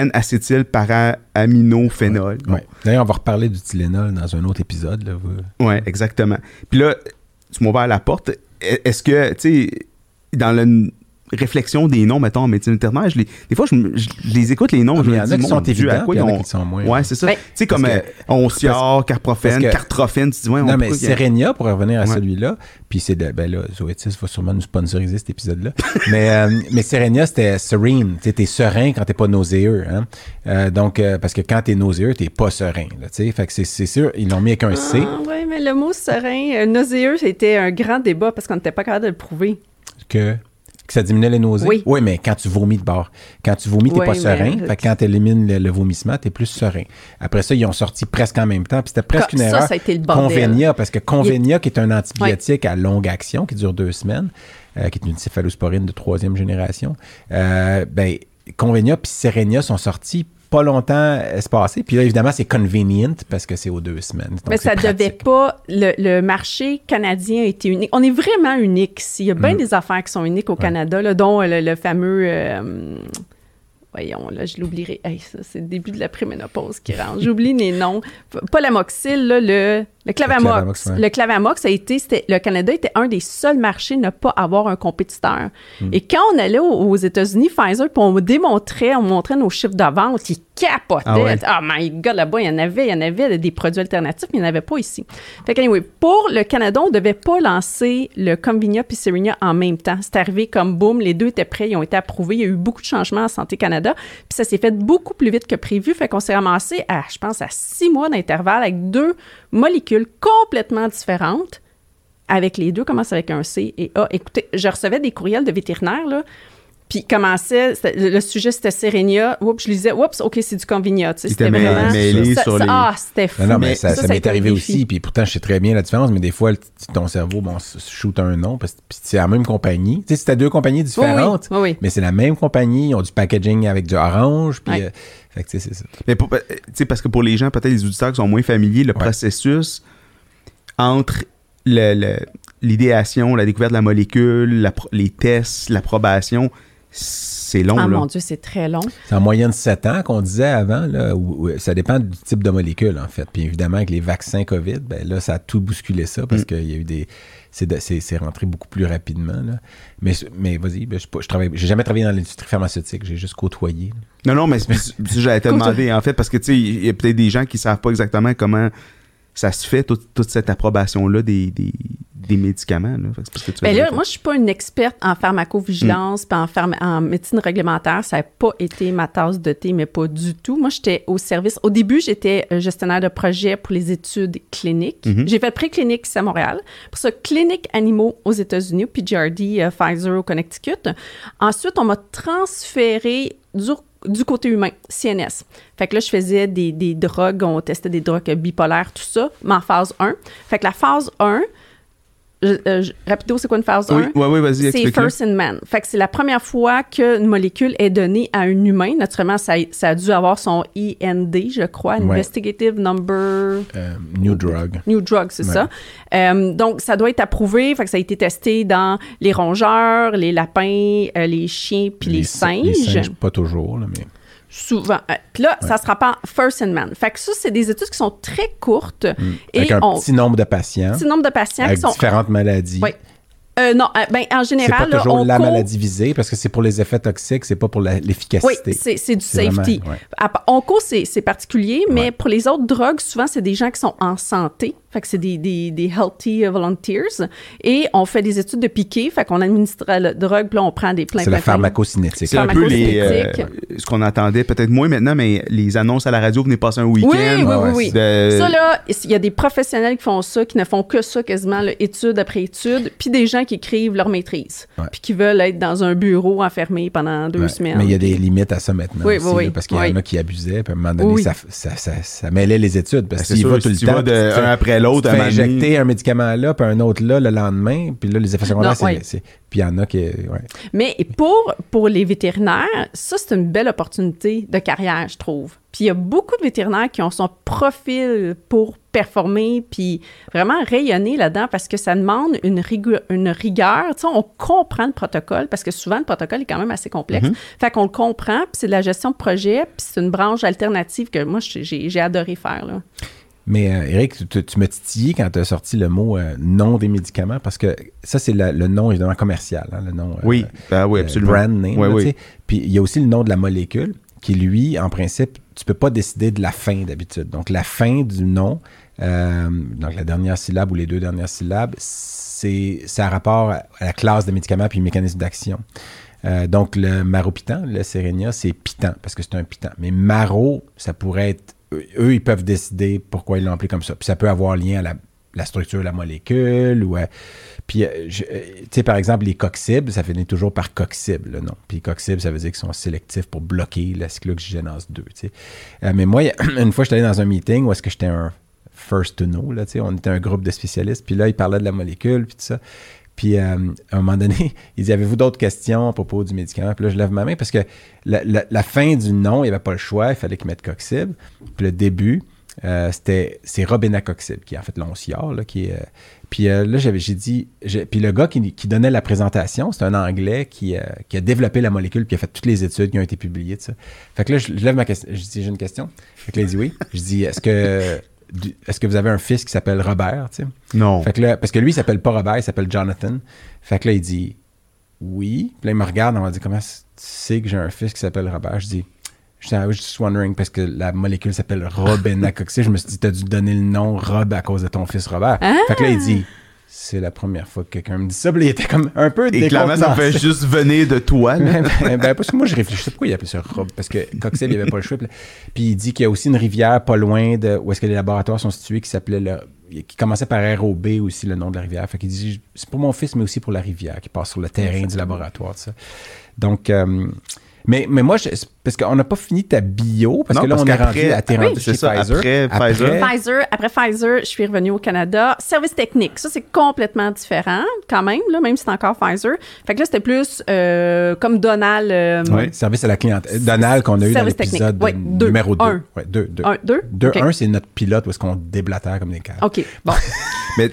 N-acétyl-para-aminophénol. Bon. Ouais. D'ailleurs, on va reparler du Tylenol dans un autre épisode. Là. Vous- Ouais, exactement. Puis là, tu m'as ouvert la porte. Est-ce que, tu sais, dans la réflexion des noms, mettons, en médecine vétérinaire, je les, des fois, je, me- je les écoute, les noms. Ah, je mais il y me en dis, a qui mon sont Dieu, évidents, à quoi puis il y en ils a ont- qui sont moins. Ouais, c'est ça. Ouais. Tu sais, comme Parce euh, que- Oncior, Carprophène, parce que- Cartrophène, tu dis, ouais, on Non, mais pourquoi il y a- Serenia, pour revenir à Ouais. celui-là, puis c'est de, ben là, Zoetis va sûrement nous sponsoriser cet épisode-là. mais, euh, mais Serenia, c'était serene. Tu sais, t'es serein quand t'es pas nauséeux. Hein? Euh, donc, euh, parce que quand t'es nauséeux, t'es pas serein. Là, tu sais. Fait que c'est, c'est sûr, ils l'ont mis avec un C. Ah, oui, mais le mot serein, euh, nauséeux, c'était un grand débat parce qu'on n'était pas capable de le prouver. que, que ça diminuait les nausées. Oui. Oui, mais quand tu vomis de bord. Quand tu vomis, t'es Oui, pas mais- serein. Fait que quand tu élimines le, le vomissement, t'es plus serein. Après ça, ils ont sorti presque en même temps. Puis c'était presque Ça, une erreur. ça a été le bordel. Convenia, parce que Convenia, qui est un antibiotique à longue action, qui dure deux semaines, euh, qui est une céphalosporine de troisième génération, euh, ben, Convenia puis Serenia sont sortis pas longtemps espacés. Puis là, évidemment, c'est convenient parce que c'est aux deux semaines. Donc, Mais c'est ça pratique. devait pas. Le, le marché canadien a été unique. On est vraiment unique ici. Il y a bien Mm. des affaires qui sont uniques au Canada, là, dont le, le fameux. euh, voyons, là, je l'oublierai. Hey, ça, c'est le début de la préménopause qui rentre. J'oublie les noms. Pas l'amoxyl, là, le, le clavamox. Le Clavamox, ouais. Le clavamox a été. C'était, le Canada était un des seuls marchés à ne pas avoir un compétiteur. Mm. Et quand on allait aux, aux États-Unis, Pfizer, puis on démontrait, on montrait nos chiffres de vente, ils capotaient. Ah ouais. Oh my God, là-bas, il y en avait, il y en avait des produits alternatifs, mais il n'y en avait pas ici. Fait que, anyway, pour le Canada, on ne devait pas lancer le Convinia puis Serenia en même temps. C'est arrivé comme boum, les deux étaient prêts, ils ont été approuvés. Il y a eu beaucoup de changements à Santé Canada, puis ça s'est fait beaucoup plus vite que prévu. Fait qu'on s'est ramassé à, je pense, à six mois d'intervalle avec deux molécules complètement différentes. Avec les deux, commence avec un C et A. Écoutez, je recevais des courriels de vétérinaires, là, puis commençait, le sujet c'était Serenia, oups, je lisais, oups, OK, c'est du Convinia, tu sais, c'était vraiment... mêlé ça, sur ça, les... Ah, c'était fou. Non, non, mais ça, ça, ça, ça m'est a été arrivé un défi. aussi, puis pourtant, je sais très bien la différence, mais des fois, le- ton cerveau, bon, se shoot un nom, parce que puis c'est la même compagnie. Tu sais, c'était deux compagnies différentes, Oui, oui, oui. mais c'est la même compagnie, ils ont du packaging avec du orange, puis... Ouais. euh, fait que, tu sais, c'est ça. Mais pour- tu sais, parce que pour les gens, peut-être les auditeurs qui sont moins familiers, le Ouais. processus entre le- le- l'idéation, la découverte de la molécule, la pro- les tests, l'approbation, c'est long, Ah là. mon Dieu, c'est très long. C'est en moyenne sept ans qu'on disait avant, là, où, où ça dépend du type de molécule, en fait. Puis évidemment, avec les vaccins COVID, ben là, ça a tout bousculé ça parce Mm. qu'il y a eu des... C'est, de- c'est, c'est rentré beaucoup plus rapidement, là. Mais, mais vas-y, ben, je, je travaille, j'ai jamais travaillé dans l'industrie pharmaceutique, j'ai juste côtoyé. Non, non, mais c'est- c'est- c'est- j'allais te demander, en fait, parce que, tu sais, il y a peut-être des gens qui savent pas exactement comment ça se fait, toute, toute cette approbation-là des, des, des médicaments, là. Fait que c'est parce que tu Ben fais là, moi, je suis pas une experte en pharmacovigilance puis en, pharma- en médecine réglementaire. Ça n'a pas été ma tasse de thé, mais pas du tout. Moi, j'étais au service. Au début, j'étais euh, gestionnaire de projet pour les études cliniques. Mhm. J'ai fait préclinique ici à Montréal. Pour ça, clinique animaux aux États-Unis, puis G R D, euh, Pfizer au Connecticut. Ensuite, on m'a transféré du du côté humain, C N S. Fait que là, je faisais des, des drogues, on testait des drogues bipolaires, tout ça, mais en phase un. Fait que la phase un, je- euh, je- rapido, c'est quoi une phase Oui, un? oui, oui, vas-y, C'est explique-le. first in man. Fait que c'est la première fois qu'une molécule est donnée à un humain. Naturellement, ça, a- ça a dû avoir son I N D, je crois, Ouais. Investigative Number... Euh, new drug. New Drug, c'est Ouais. ça. Euh, donc, ça doit être approuvé. Fait que ça a été testé dans les rongeurs, les lapins, euh, les chiens puis les, singes. Les singes, pas toujours, là, mais... Souvent. Euh, Puis là, ça se rapporte first in man. Fait que ça, c'est des études qui sont très courtes. Et Avec un on, petit nombre de patients, petit nombre de patients avec qui sont... différentes maladies. Oui. Euh, non, euh, ben, en C'est général, pas là, toujours on la court- maladie visée, parce que c'est pour les effets toxiques, c'est pas pour la- Oui, l'efficacité. c'est, c'est du C'est safety. vraiment- ouais. À- Onco, c'est, c'est particulier, mais Ouais. pour les autres drogues, souvent, c'est des gens qui sont en santé. Fait que c'est des, des, des healthy volunteers. Et on fait des études de piqué. Fait qu'on administre la drogue, puis là, on prend des plein C'est la plein, plein. pharmacocinétique. C'est un peu les, euh, Pharmacocinétique. ce qu'on entendait, peut-être moins maintenant, mais les annonces à la radio venaient passer un Oui, week-end. oui, oui, ouais, oui. de- Ça, là, il y a des professionnels qui font ça, qui ne font que ça quasiment, là, étude après étude, puis des gens qui écrivent leur maîtrise, Ouais. puis qui veulent être dans un bureau enfermé pendant deux Ouais. semaines. Mais il y a des limites à ça maintenant Oui, aussi, oui, là, oui. parce qu'il y Oui. en a qui abusaient, puis à un moment donné, Oui. ça, ça, ça, ça mêlait les études, parce Ben, c'est qu'il sûr, va si tout le tu temps. vas de puis tu te un fais- après l'autre, tu te à fais un moment donné. injecter un médicament là, puis un autre là, le lendemain, puis là, les effets secondaires, Non, c'est... ouais. c'est- Puis il y en a qui... Ouais. Mais pour, pour les vétérinaires, ça, c'est une belle opportunité de carrière, je trouve. Puis il y a beaucoup de vétérinaires qui ont son profil pour performer puis vraiment rayonner là-dedans parce que ça demande une, rigu- une rigueur. Tu sais, on comprend le protocole parce que souvent, le protocole est quand même assez complexe. Fait qu'on le comprend, puis c'est de la gestion de projet, puis c'est une branche alternative que moi, j'ai, j'ai adoré faire, là. Mais euh, Eric, tu, tu m'as titillé quand tu as sorti le mot euh, nom des médicaments, parce que ça, c'est la- le nom, évidemment, commercial, hein, le nom... euh, Oui, ben oui, euh, absolument. brand name. Ouais, là, oui. tu sais. Puis il y a aussi le nom de la molécule qui, lui, en principe, tu peux pas décider de la fin d'habitude. Donc, la fin du nom, euh, donc la dernière syllabe ou les deux dernières syllabes, c'est ça a rapport à la classe de médicaments puis le mécanisme d'action. Euh, donc, le maropitant, le Serenia, c'est pitant, parce que c'est un pitant. Mais maro, ça pourrait être... Eux, ils peuvent décider pourquoi ils l'ont appelé comme ça. Puis ça peut avoir lien à la, la structure de la molécule ou à... Puis, euh, je- euh, tu sais, par exemple, les coxibles, ça finit toujours par coxible, là, non? Puis coxibles, ça veut dire qu'ils sont sélectifs pour bloquer la cyclooxygénase deux, tu sais. Euh, mais moi, y a- une fois, j'étais allé dans un meeting où est-ce que j'étais un first to know, là, tu sais. On était un groupe de spécialistes, puis là, ils parlaient de la molécule, puis tout ça. Puis, euh, à un moment donné, il dit, avez-vous d'autres questions à propos du médicament? Puis là, je lève ma main parce que la, la- la fin du nom, il n'y avait pas le choix, il fallait qu'ils mettent coxible. Puis le début, euh, c'était, c'est robenacoxib, qui est en fait l'onciar, là, qui est... euh, puis euh, là, j'avais, j'ai dit... j'ai- puis le gars qui, qui donnait la présentation, c'est un Anglais qui, euh, qui a développé la molécule puis qui a fait toutes les études qui ont été publiées, de ça. Fait que là, je, je lève ma question. Je dis, j'ai une question. Fait que là, il dit oui. Je dis, est-ce que... du- Est-ce que vous avez un fils qui s'appelle Robert, tu sais? Non. Fait que là, parce que lui, il s'appelle pas Robert, il s'appelle Jonathan. Fait que là, il dit oui. Puis là, il me regarde, on va dire, comment tu sais que j'ai un fils qui s'appelle Robert? Je dis, I was just wondering, parce que la molécule s'appelle robenacoxib. Je me suis dit, t'as dû donner le nom Rob à cause de ton fils Robert. Ah! Fait que là, il dit, c'est la première fois que quelqu'un me dit ça. Puis là, il était comme un peu Et clairement, ça fait juste venir de toi. Là. ben, ben, parce que moi, je réfléchissais pourquoi il appelait ça Rob. Parce que Coxib, il n'y avait pas le choix. Puis, puis il dit qu'il y a aussi une rivière pas loin de où est-ce que les laboratoires sont situés qui s'appelait le, qui commençait par R O B aussi, le nom de la rivière. Fait qu'il dit, c'est pour mon fils, mais aussi pour la rivière qui passe sur le terrain du laboratoire. Ça. Donc... Euh, Mais, mais moi, je, parce qu'on n'a pas fini ta bio, parce non, que là, parce on est rendu à t'es oui, rendu chez ça, Pfizer. Après, après Pfizer. Pfizer. Après Pfizer, je suis revenue au Canada. Service technique, ça, c'est complètement différent quand même, là, même si c'est encore Pfizer. Fait que là, c'était plus euh, comme Donald. Euh, oui, service à la clientèle. Donald qu'on a eu dans l'épisode ouais, deux, numéro deux. Un. Ouais, deux, deux. Un, deux? Deux, okay. un, c'est notre pilote où est-ce qu'on déblatère comme des câbles. OK, bon. Mais...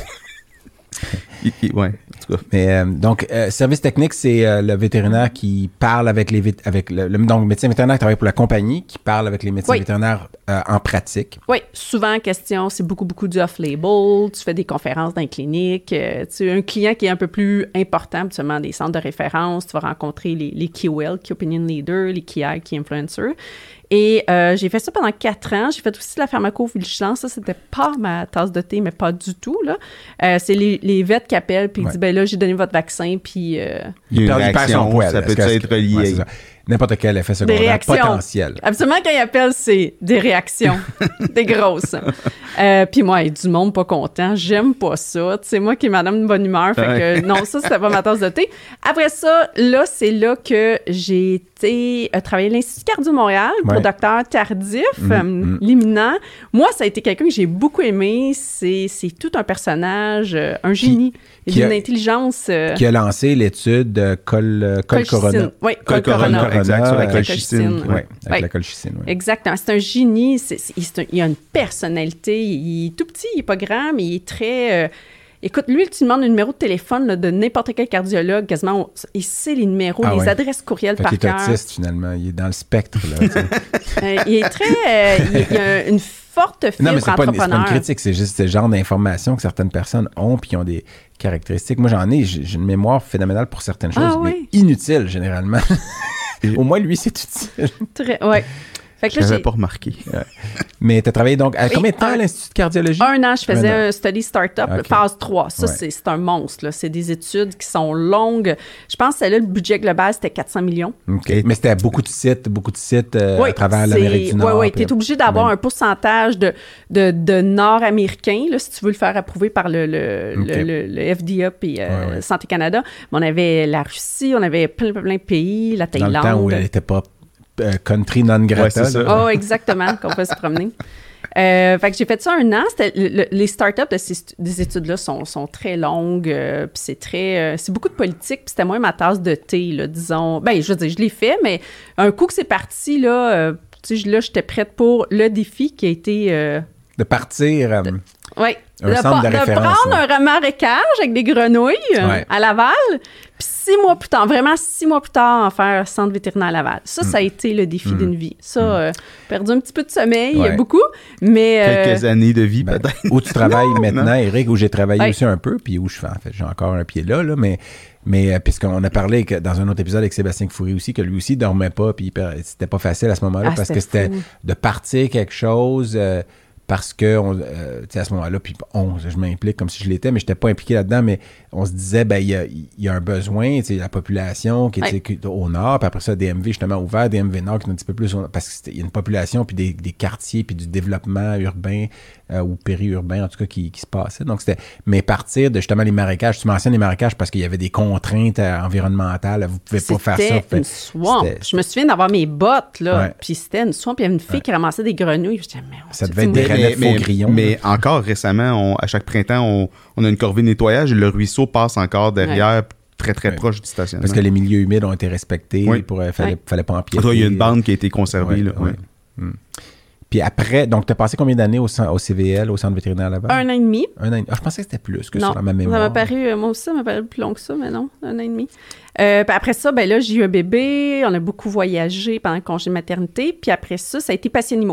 ouais, en tout cas. Mais euh, donc, euh, service technique, c'est euh, le vétérinaire qui parle avec les vét- avec le, le donc médecin vétérinaire qui travaille pour la compagnie, qui parle avec les médecins oui. vétérinaires euh, en pratique. Oui, souvent en question, c'est beaucoup beaucoup du off-label. Tu fais des conférences dans les cliniques. Euh, tu as un client qui est un peu plus important, habituellement des centres de référence. Tu vas rencontrer les, les K O L, Key Opinion Leaders, les Key I, Key Influencers. Et euh, j'ai fait ça pendant quatre ans. J'ai fait aussi de la pharmacovigilance. Ça, c'était pas ma tasse de thé, mais pas du tout, là. Euh, c'est les, les vets qui appellent puis ils ouais. disent, ben là, j'ai donné votre vaccin, puis... Euh... Il, perd, il perd son poil. Ça peut être relié. Ouais, n'importe quel effet secondaire potentiel. Absolument, quand ils appellent, c'est des réactions, des grosses. Euh, puis moi, il y a du monde pas content. J'aime pas ça. C'est moi qui est madame de bonne humeur. Fait ouais. que non, ça, c'était pas ma tasse de thé. Après ça, là, c'est là que j'ai été euh, travailler à l'Institut Cardio Montréal pour ouais. docteur Tardif, mmh, euh, mmh. l'imminent. Moi, ça a été quelqu'un que j'ai beaucoup aimé. C'est, c'est tout un personnage, euh, un génie. Il y a une intelligence. Euh... Qui a lancé l'étude de Col, Col Corona. Oui, Col Corona. Corona. Exact, sur la colchicine. Oui, avec ouais. la colchicine. Ouais. Exactement. C'est un génie. C'est, c'est, c'est un, il a une personnalité. Il est tout petit, il n'est pas grand, mais il est très... Euh, écoute, lui, tu demandes le numéro de téléphone là, de n'importe quel cardiologue, quasiment, il sait les numéros, ah, les ouais. adresses courriels fait par cœur. Il est autiste, finalement. Il est dans le spectre. Là, euh, il est très... Euh, il, il a une forte fibre non, mais c'est entrepreneur. Pas une, c'est pas une critique, c'est juste ce genre d'informations que certaines personnes ont puis qui ont des caractéristiques. Moi, j'en ai, j'ai, j'ai une mémoire phénoménale pour certaines choses, ah, mais oui. inutile, généralement. Au moins, lui, c'est utile. Très, ouais. Fait que je n'avais pas remarqué. Ouais. Mais tu as travaillé donc à oui, combien de temps un, à l'Institut de cardiologie? Un an, je faisais un, un un study startup, okay. phase trois. Ça, ouais. c'est, c'est un monstre. Là. C'est des études qui sont longues. Je pense que là, le budget global, c'était quatre cents millions. OK. Mais c'était beaucoup de sites, beaucoup de sites euh, oui, à travers l'Amérique du Nord. Oui, oui. Tu es obligé d'avoir même... un pourcentage de, de, de Nord-Américains, là, si tu veux le faire approuver par le, le, okay. le, le, le F D A et euh, ouais, ouais. Santé Canada. Mais on avait la Russie, on avait plein, plein de pays, la Thaïlande. Dans le temps où elle n'était pas Euh, country non grata. Ouais, oh, exactement, qu'on peut se promener. Euh, fait que j'ai fait ça un an. C'était, le, les startups de ces des études-là sont, sont très longues, euh, puis c'est très, euh, c'est beaucoup de politique, puis c'était moins ma tasse de thé, là, disons. Ben, je veux dire, je l'ai fait, mais un coup que c'est parti, là, euh, tu sais, là, j'étais prête pour le défi qui a été... Euh, de partir... Euh, oui. Un de, centre de, de référence, prendre là. un remaraquage avec des grenouilles ouais. à Laval, puis six mois plus tard, vraiment six mois plus tard, en faire centre vétérinaire à Laval. Ça, mm. ça a été le défi mm. d'une vie. Ça, mm. euh, perdu un petit peu de sommeil, ouais. beaucoup, mais... Euh, Quelques années de vie, ben, peut-être. Où tu travailles non, maintenant, non. Eric, où j'ai travaillé ouais. aussi un peu, puis où je fais, en fait, j'ai encore un pied là, là mais... Mais euh, puisqu'on a parlé que, dans un autre épisode avec Sébastien Fourré aussi, que lui aussi dormait pas, puis c'était pas facile à ce moment-là, ah, parce que c'était fou. De partir quelque chose... Euh, parce que, on, euh, tu sais, à ce moment-là, puis on, je m'implique comme si je l'étais, mais je n'étais pas impliqué là-dedans, mais on se disait, ben il y a, y a un besoin, tu sais, la population qui est ouais. au nord, puis après ça, D M V justement ouvert, D M V Nord qui est un petit peu plus, au, parce qu'il y a une population, puis des, des quartiers, puis du développement urbain euh, ou périurbain, en tout cas, qui, qui se passait. Donc, c'était, mais partir de justement les marécages, tu mentionnes les marécages parce qu'il y avait des contraintes euh, environnementales, vous pouvez c'était pas faire ça. C'était une swamp. C'était, je me souviens d'avoir mes bottes, là, ouais. puis c'était une swamp, puis il y avait une fille ouais. qui ramassait des grenouilles, je disais, mais on ça devait être des mais, mais, mais, mais encore récemment, on, à chaque printemps, on, on a une corvée de nettoyage et le ruisseau passe encore derrière, ouais. très très ouais. proche du stationnement. Parce que les milieux humides ont été respectés, il oui. ne fallait, ouais. fallait pas empiéter. Il y a une bande qui a été conservée. Ouais, là, ouais. Ouais. Mm. Puis après, donc tu as passé combien d'années au, au C V L, au Centre vétérinaire Laval? Un an et demi. Un an et demi. Ah, je pensais que c'était plus que non, sur ma mémoire. Ça m'a paru, moi aussi, ça m'a paru plus long que ça, mais non, un an et demi. Euh, puis après ça, ben là, j'ai eu un bébé, on a beaucoup voyagé pendant le congé de maternité, puis après ça, ça a été Passionimo.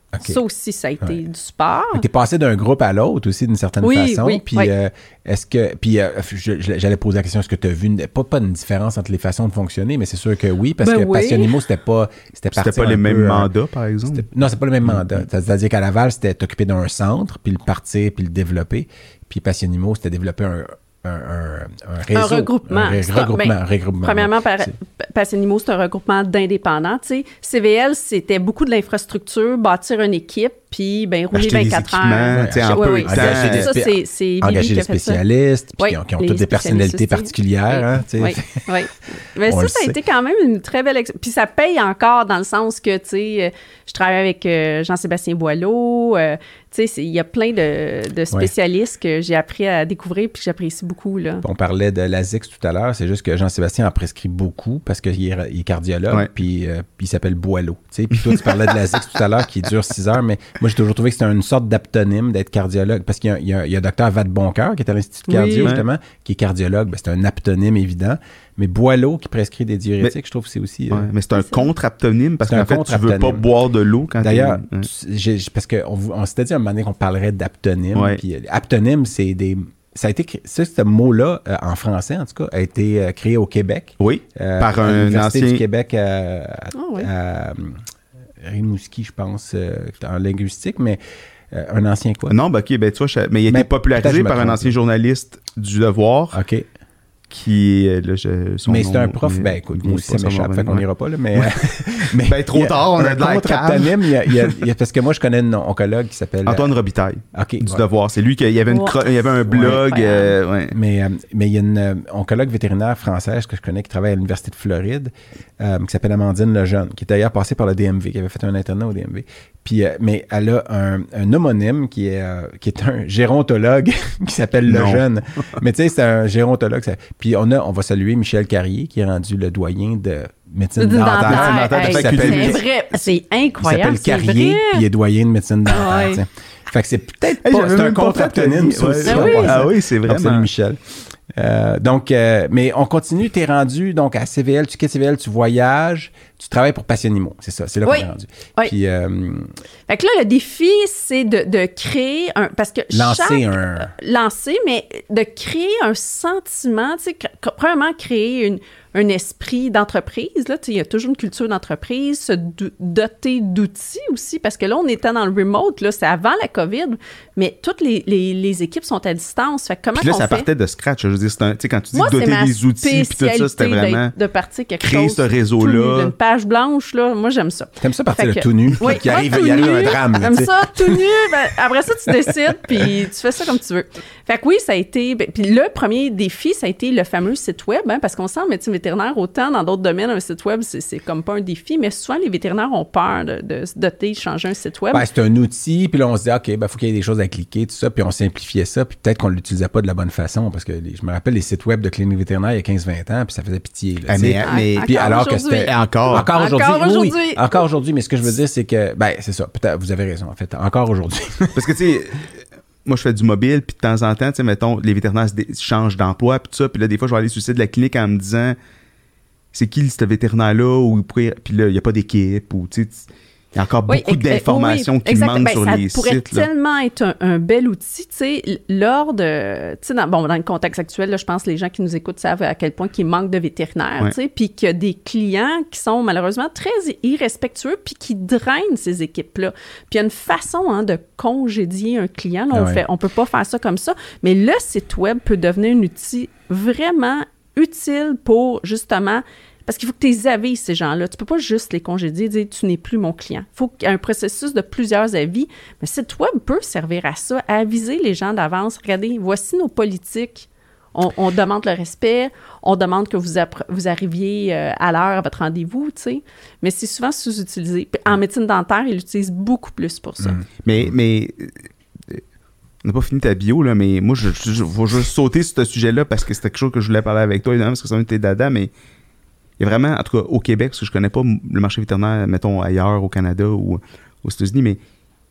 Okay. Ça aussi, ça a été ouais. du support. Tu es passé d'un groupe à l'autre aussi, d'une certaine oui, façon. Oui, puis, oui. euh, est-ce que. Puis, euh, je, je, j'allais poser la question, est-ce que tu as vu une, pas, pas une différence entre les façons de fonctionner, mais c'est sûr que oui, parce ben que oui. Passionimo, c'était pas. C'était, c'était pas les mêmes peu, mandats, par exemple? Non, c'est pas le même mandat. C'est-à-dire qu'à Laval, c'était t'occuper d'un centre, puis le partir, puis le développer. Puis Passionimo, c'était développer un. Un, un, un réseau. Un regroupement. Un, ré- regroupement, ben, un regroupement. Premièrement, par, Passionimo, c'est un regroupement d'indépendants. Tu sais. C V L, c'était beaucoup de l'infrastructure, bâtir une équipe, puis ben, rouler acheter vingt-quatre des heures. tu sais, un oui, peu oui. de Engager des, ça, c'est, c'est engager des spécialistes, puis oui, qui ont, qui ont toutes des personnalités particulières. Hein, tu sais. Oui, oui. Mais ça, ça a été quand même une très belle expérience. Puis ça paye encore dans le sens que, tu sais, je travaille avec euh, Jean-Sébastien Boileau. Euh, tu sais, il y a plein de, de spécialistes ouais. que j'ai appris à découvrir puis que j'apprécie beaucoup. Là. On parlait de l'A S I X tout à l'heure. C'est juste que Jean-Sébastien en prescrit beaucoup parce qu'il est, il est cardiologue, ouais. puis, euh, puis il s'appelle Boileau. Tu sais. Puis toi, tu parlais de l'A S I X tout à l'heure qui dure six heures, mais moi, j'ai toujours trouvé que c'était une sorte d'aptonyme d'être cardiologue parce qu'il y a, il y a, il y a Dr Vadeboncoeur qui est à l'Institut de cardio, oui, justement, ouais. qui est cardiologue. Ben, c'est un aptonyme évident. Mais Boileau qui prescrit des diurétiques, mais, je trouve que c'est aussi... Euh, ouais, mais c'est un contre-aptonyme parce qu'en fait, tu ne veux pas boire de l'eau quand D'ailleurs, ouais. j'ai, parce qu'on on s'était dit à un moment donné qu'on parlerait d'aptonyme. Ouais. Puis aptonyme, c'est des... Ça a été ça, ce mot-là, euh, en français en tout cas, a été euh, créé au Québec. Oui, euh, par un l'Université ancien... du Québec à, à, oh, oui. à, à Rimouski, je pense, euh, en linguistique, mais... Euh, un ancien quoi? Non, ben, OK, ben, tu vois, je, mais il a été popularisé par un ancien journaliste du Devoir. OK. Qui est là, je, son mais nom, c'est un prof, mais, ben écoute, moi aussi ça m'échappe, fait qu'on n'ira pas, là, mais... mais ben trop tard, on a de la cave. Il y a, il y a, il y a, parce que moi, je connais un oncologue qui s'appelle... Antoine Robitaille, okay, du ouais. Devoir. C'est lui qui il y avait, une, il y avait un blog. Ouais, euh, ouais. Mais, euh, mais il y a une euh, oncologue vétérinaire française que je connais qui travaille à l'Université de Floride, euh, qui s'appelle Amandine Lejeune, qui est d'ailleurs passée par le D M V, qui avait fait un internat au D M V. Puis, euh, mais elle a un, un homonyme qui est, euh, qui est un gérontologue qui s'appelle Lejeune. Mais tu sais, c'est un gérontologue. Ça... Puis on, a, on va saluer Michel Carrier, qui est rendu le doyen de médecine dentaire. dentaire. dentaire hey, c'est vrai, c'est incroyable. Il s'appelle Carrier, puis il est doyen de médecine dentaire. Ouais. Fait que c'est peut-être pas... Hey, c'est un contre-aptonyme, ça aussi. Ah oui, ah oui c'est vraiment... Salut Michel. Euh, donc, euh, mais on continue. Tu es rendu donc à C V L, tu quittes C V L, tu voyages, tu travailles pour Passionimo, c'est ça, c'est là oui. qu'on est rendu. Oui. Puis, euh, fait que là, le défi, c'est de, de créer un... Parce que lancer chaque, un... Lancer, mais de créer un sentiment, tu sais, premièrement, créer une, un esprit d'entreprise, là, tu sais, il y a toujours une culture d'entreprise, se do- doter d'outils aussi, parce que là, on était dans le remote, là, c'est avant la COVID, mais toutes les, les, les équipes sont à distance, fait que comment puis là, on ça fait? partait de scratch, je veux dire, c'est un, tu sais, quand tu dis Moi, doter des outils, puis tout ça, c'était vraiment... de partir quelque créer chose, ce réseau-là. Une page blanche, là, moi, j'aime ça. T'aimes ça partir que, de tout nu? Oui, il arrive, il arrive un drame. J'aime ça, tout nu. Ben, après ça, tu décides, puis tu fais ça comme tu veux. Fait que oui, ça a été... Ben, puis le premier défi, ça a été le fameux site web, hein, parce qu'on sent en médecine vétérinaire, autant dans d'autres domaines, un site web, c'est, c'est comme pas un défi, mais souvent, les vétérinaires ont peur de, de se doter, de changer un site web. Ben, c'est un outil, puis là, on se dit, OK, ben, faut qu'il y ait des choses à cliquer, tout ça, puis on simplifiait ça, puis peut-être qu'on l'utilisait pas de la bonne façon, parce que les, je me rappelle les sites web de clinique vétérinaire il y a quinze vingt ans, puis ça faisait pitié. Là, ah, mais, mais, encore puis alors aujourd'hui. que c'était... Encore. Encore aujourd'hui. Encore aujourd'hui. Oui, encore aujourd'hui, mais ce que je veux dire, c'est que, ben, c'est ça, peut-être, vous avez raison, en fait, encore aujourd'hui. Parce que, tu sais... Moi, je fais du mobile, puis de temps en temps, tu sais, mettons, les vétérinaires se dé- changent d'emploi, puis tout ça, puis là, des fois, je vais aller sur le site de la clinique en me disant, c'est qui ce vétérinaire-là, ou puis là, il n'y a pas d'équipe, ou tu sais, il y a encore oui, beaucoup et, d'informations oui, qui exactement. manquent Ben, sur ça les pourrait sites. Ça tellement être un, un bel outil, tu sais, lors de, tu sais, dans, bon, dans le contexte actuel, là, je pense que les gens qui nous écoutent savent à quel point il manque de vétérinaires, ouais. tu sais, puis qu'il y a des clients qui sont malheureusement très irrespectueux, puis qui drainent ces équipes-là. Puis il y a une façon hein, de congédier un client, là, on ouais. fait, on peut pas faire ça comme ça, mais le site web peut devenir un outil vraiment utile pour, justement, parce qu'il faut que tu les avises, ces gens-là. Tu peux pas juste les congédier et dire « tu n'es plus mon client ». Il faut qu'il y ait un processus de plusieurs avis. Mais le site web peut servir à ça, à aviser les gens d'avance. Regardez, voici nos politiques. On, on demande le respect, on demande que vous, appre- vous arriviez euh, à l'heure à votre rendez-vous, tu sais. Mais c'est souvent sous-utilisé. En médecine dentaire, ils l'utilisent beaucoup plus pour ça. Mmh. Mais... mais... On n'a pas fini ta bio, là, mais moi, je, je, je vais juste sauter sur ce sujet-là parce que c'était quelque chose que je voulais parler avec toi, évidemment, parce que ça m'a été dada, mais il y a vraiment, en tout cas au Québec, parce que je connais pas le marché vétérinaire, mettons, ailleurs, au Canada ou aux États-Unis, mais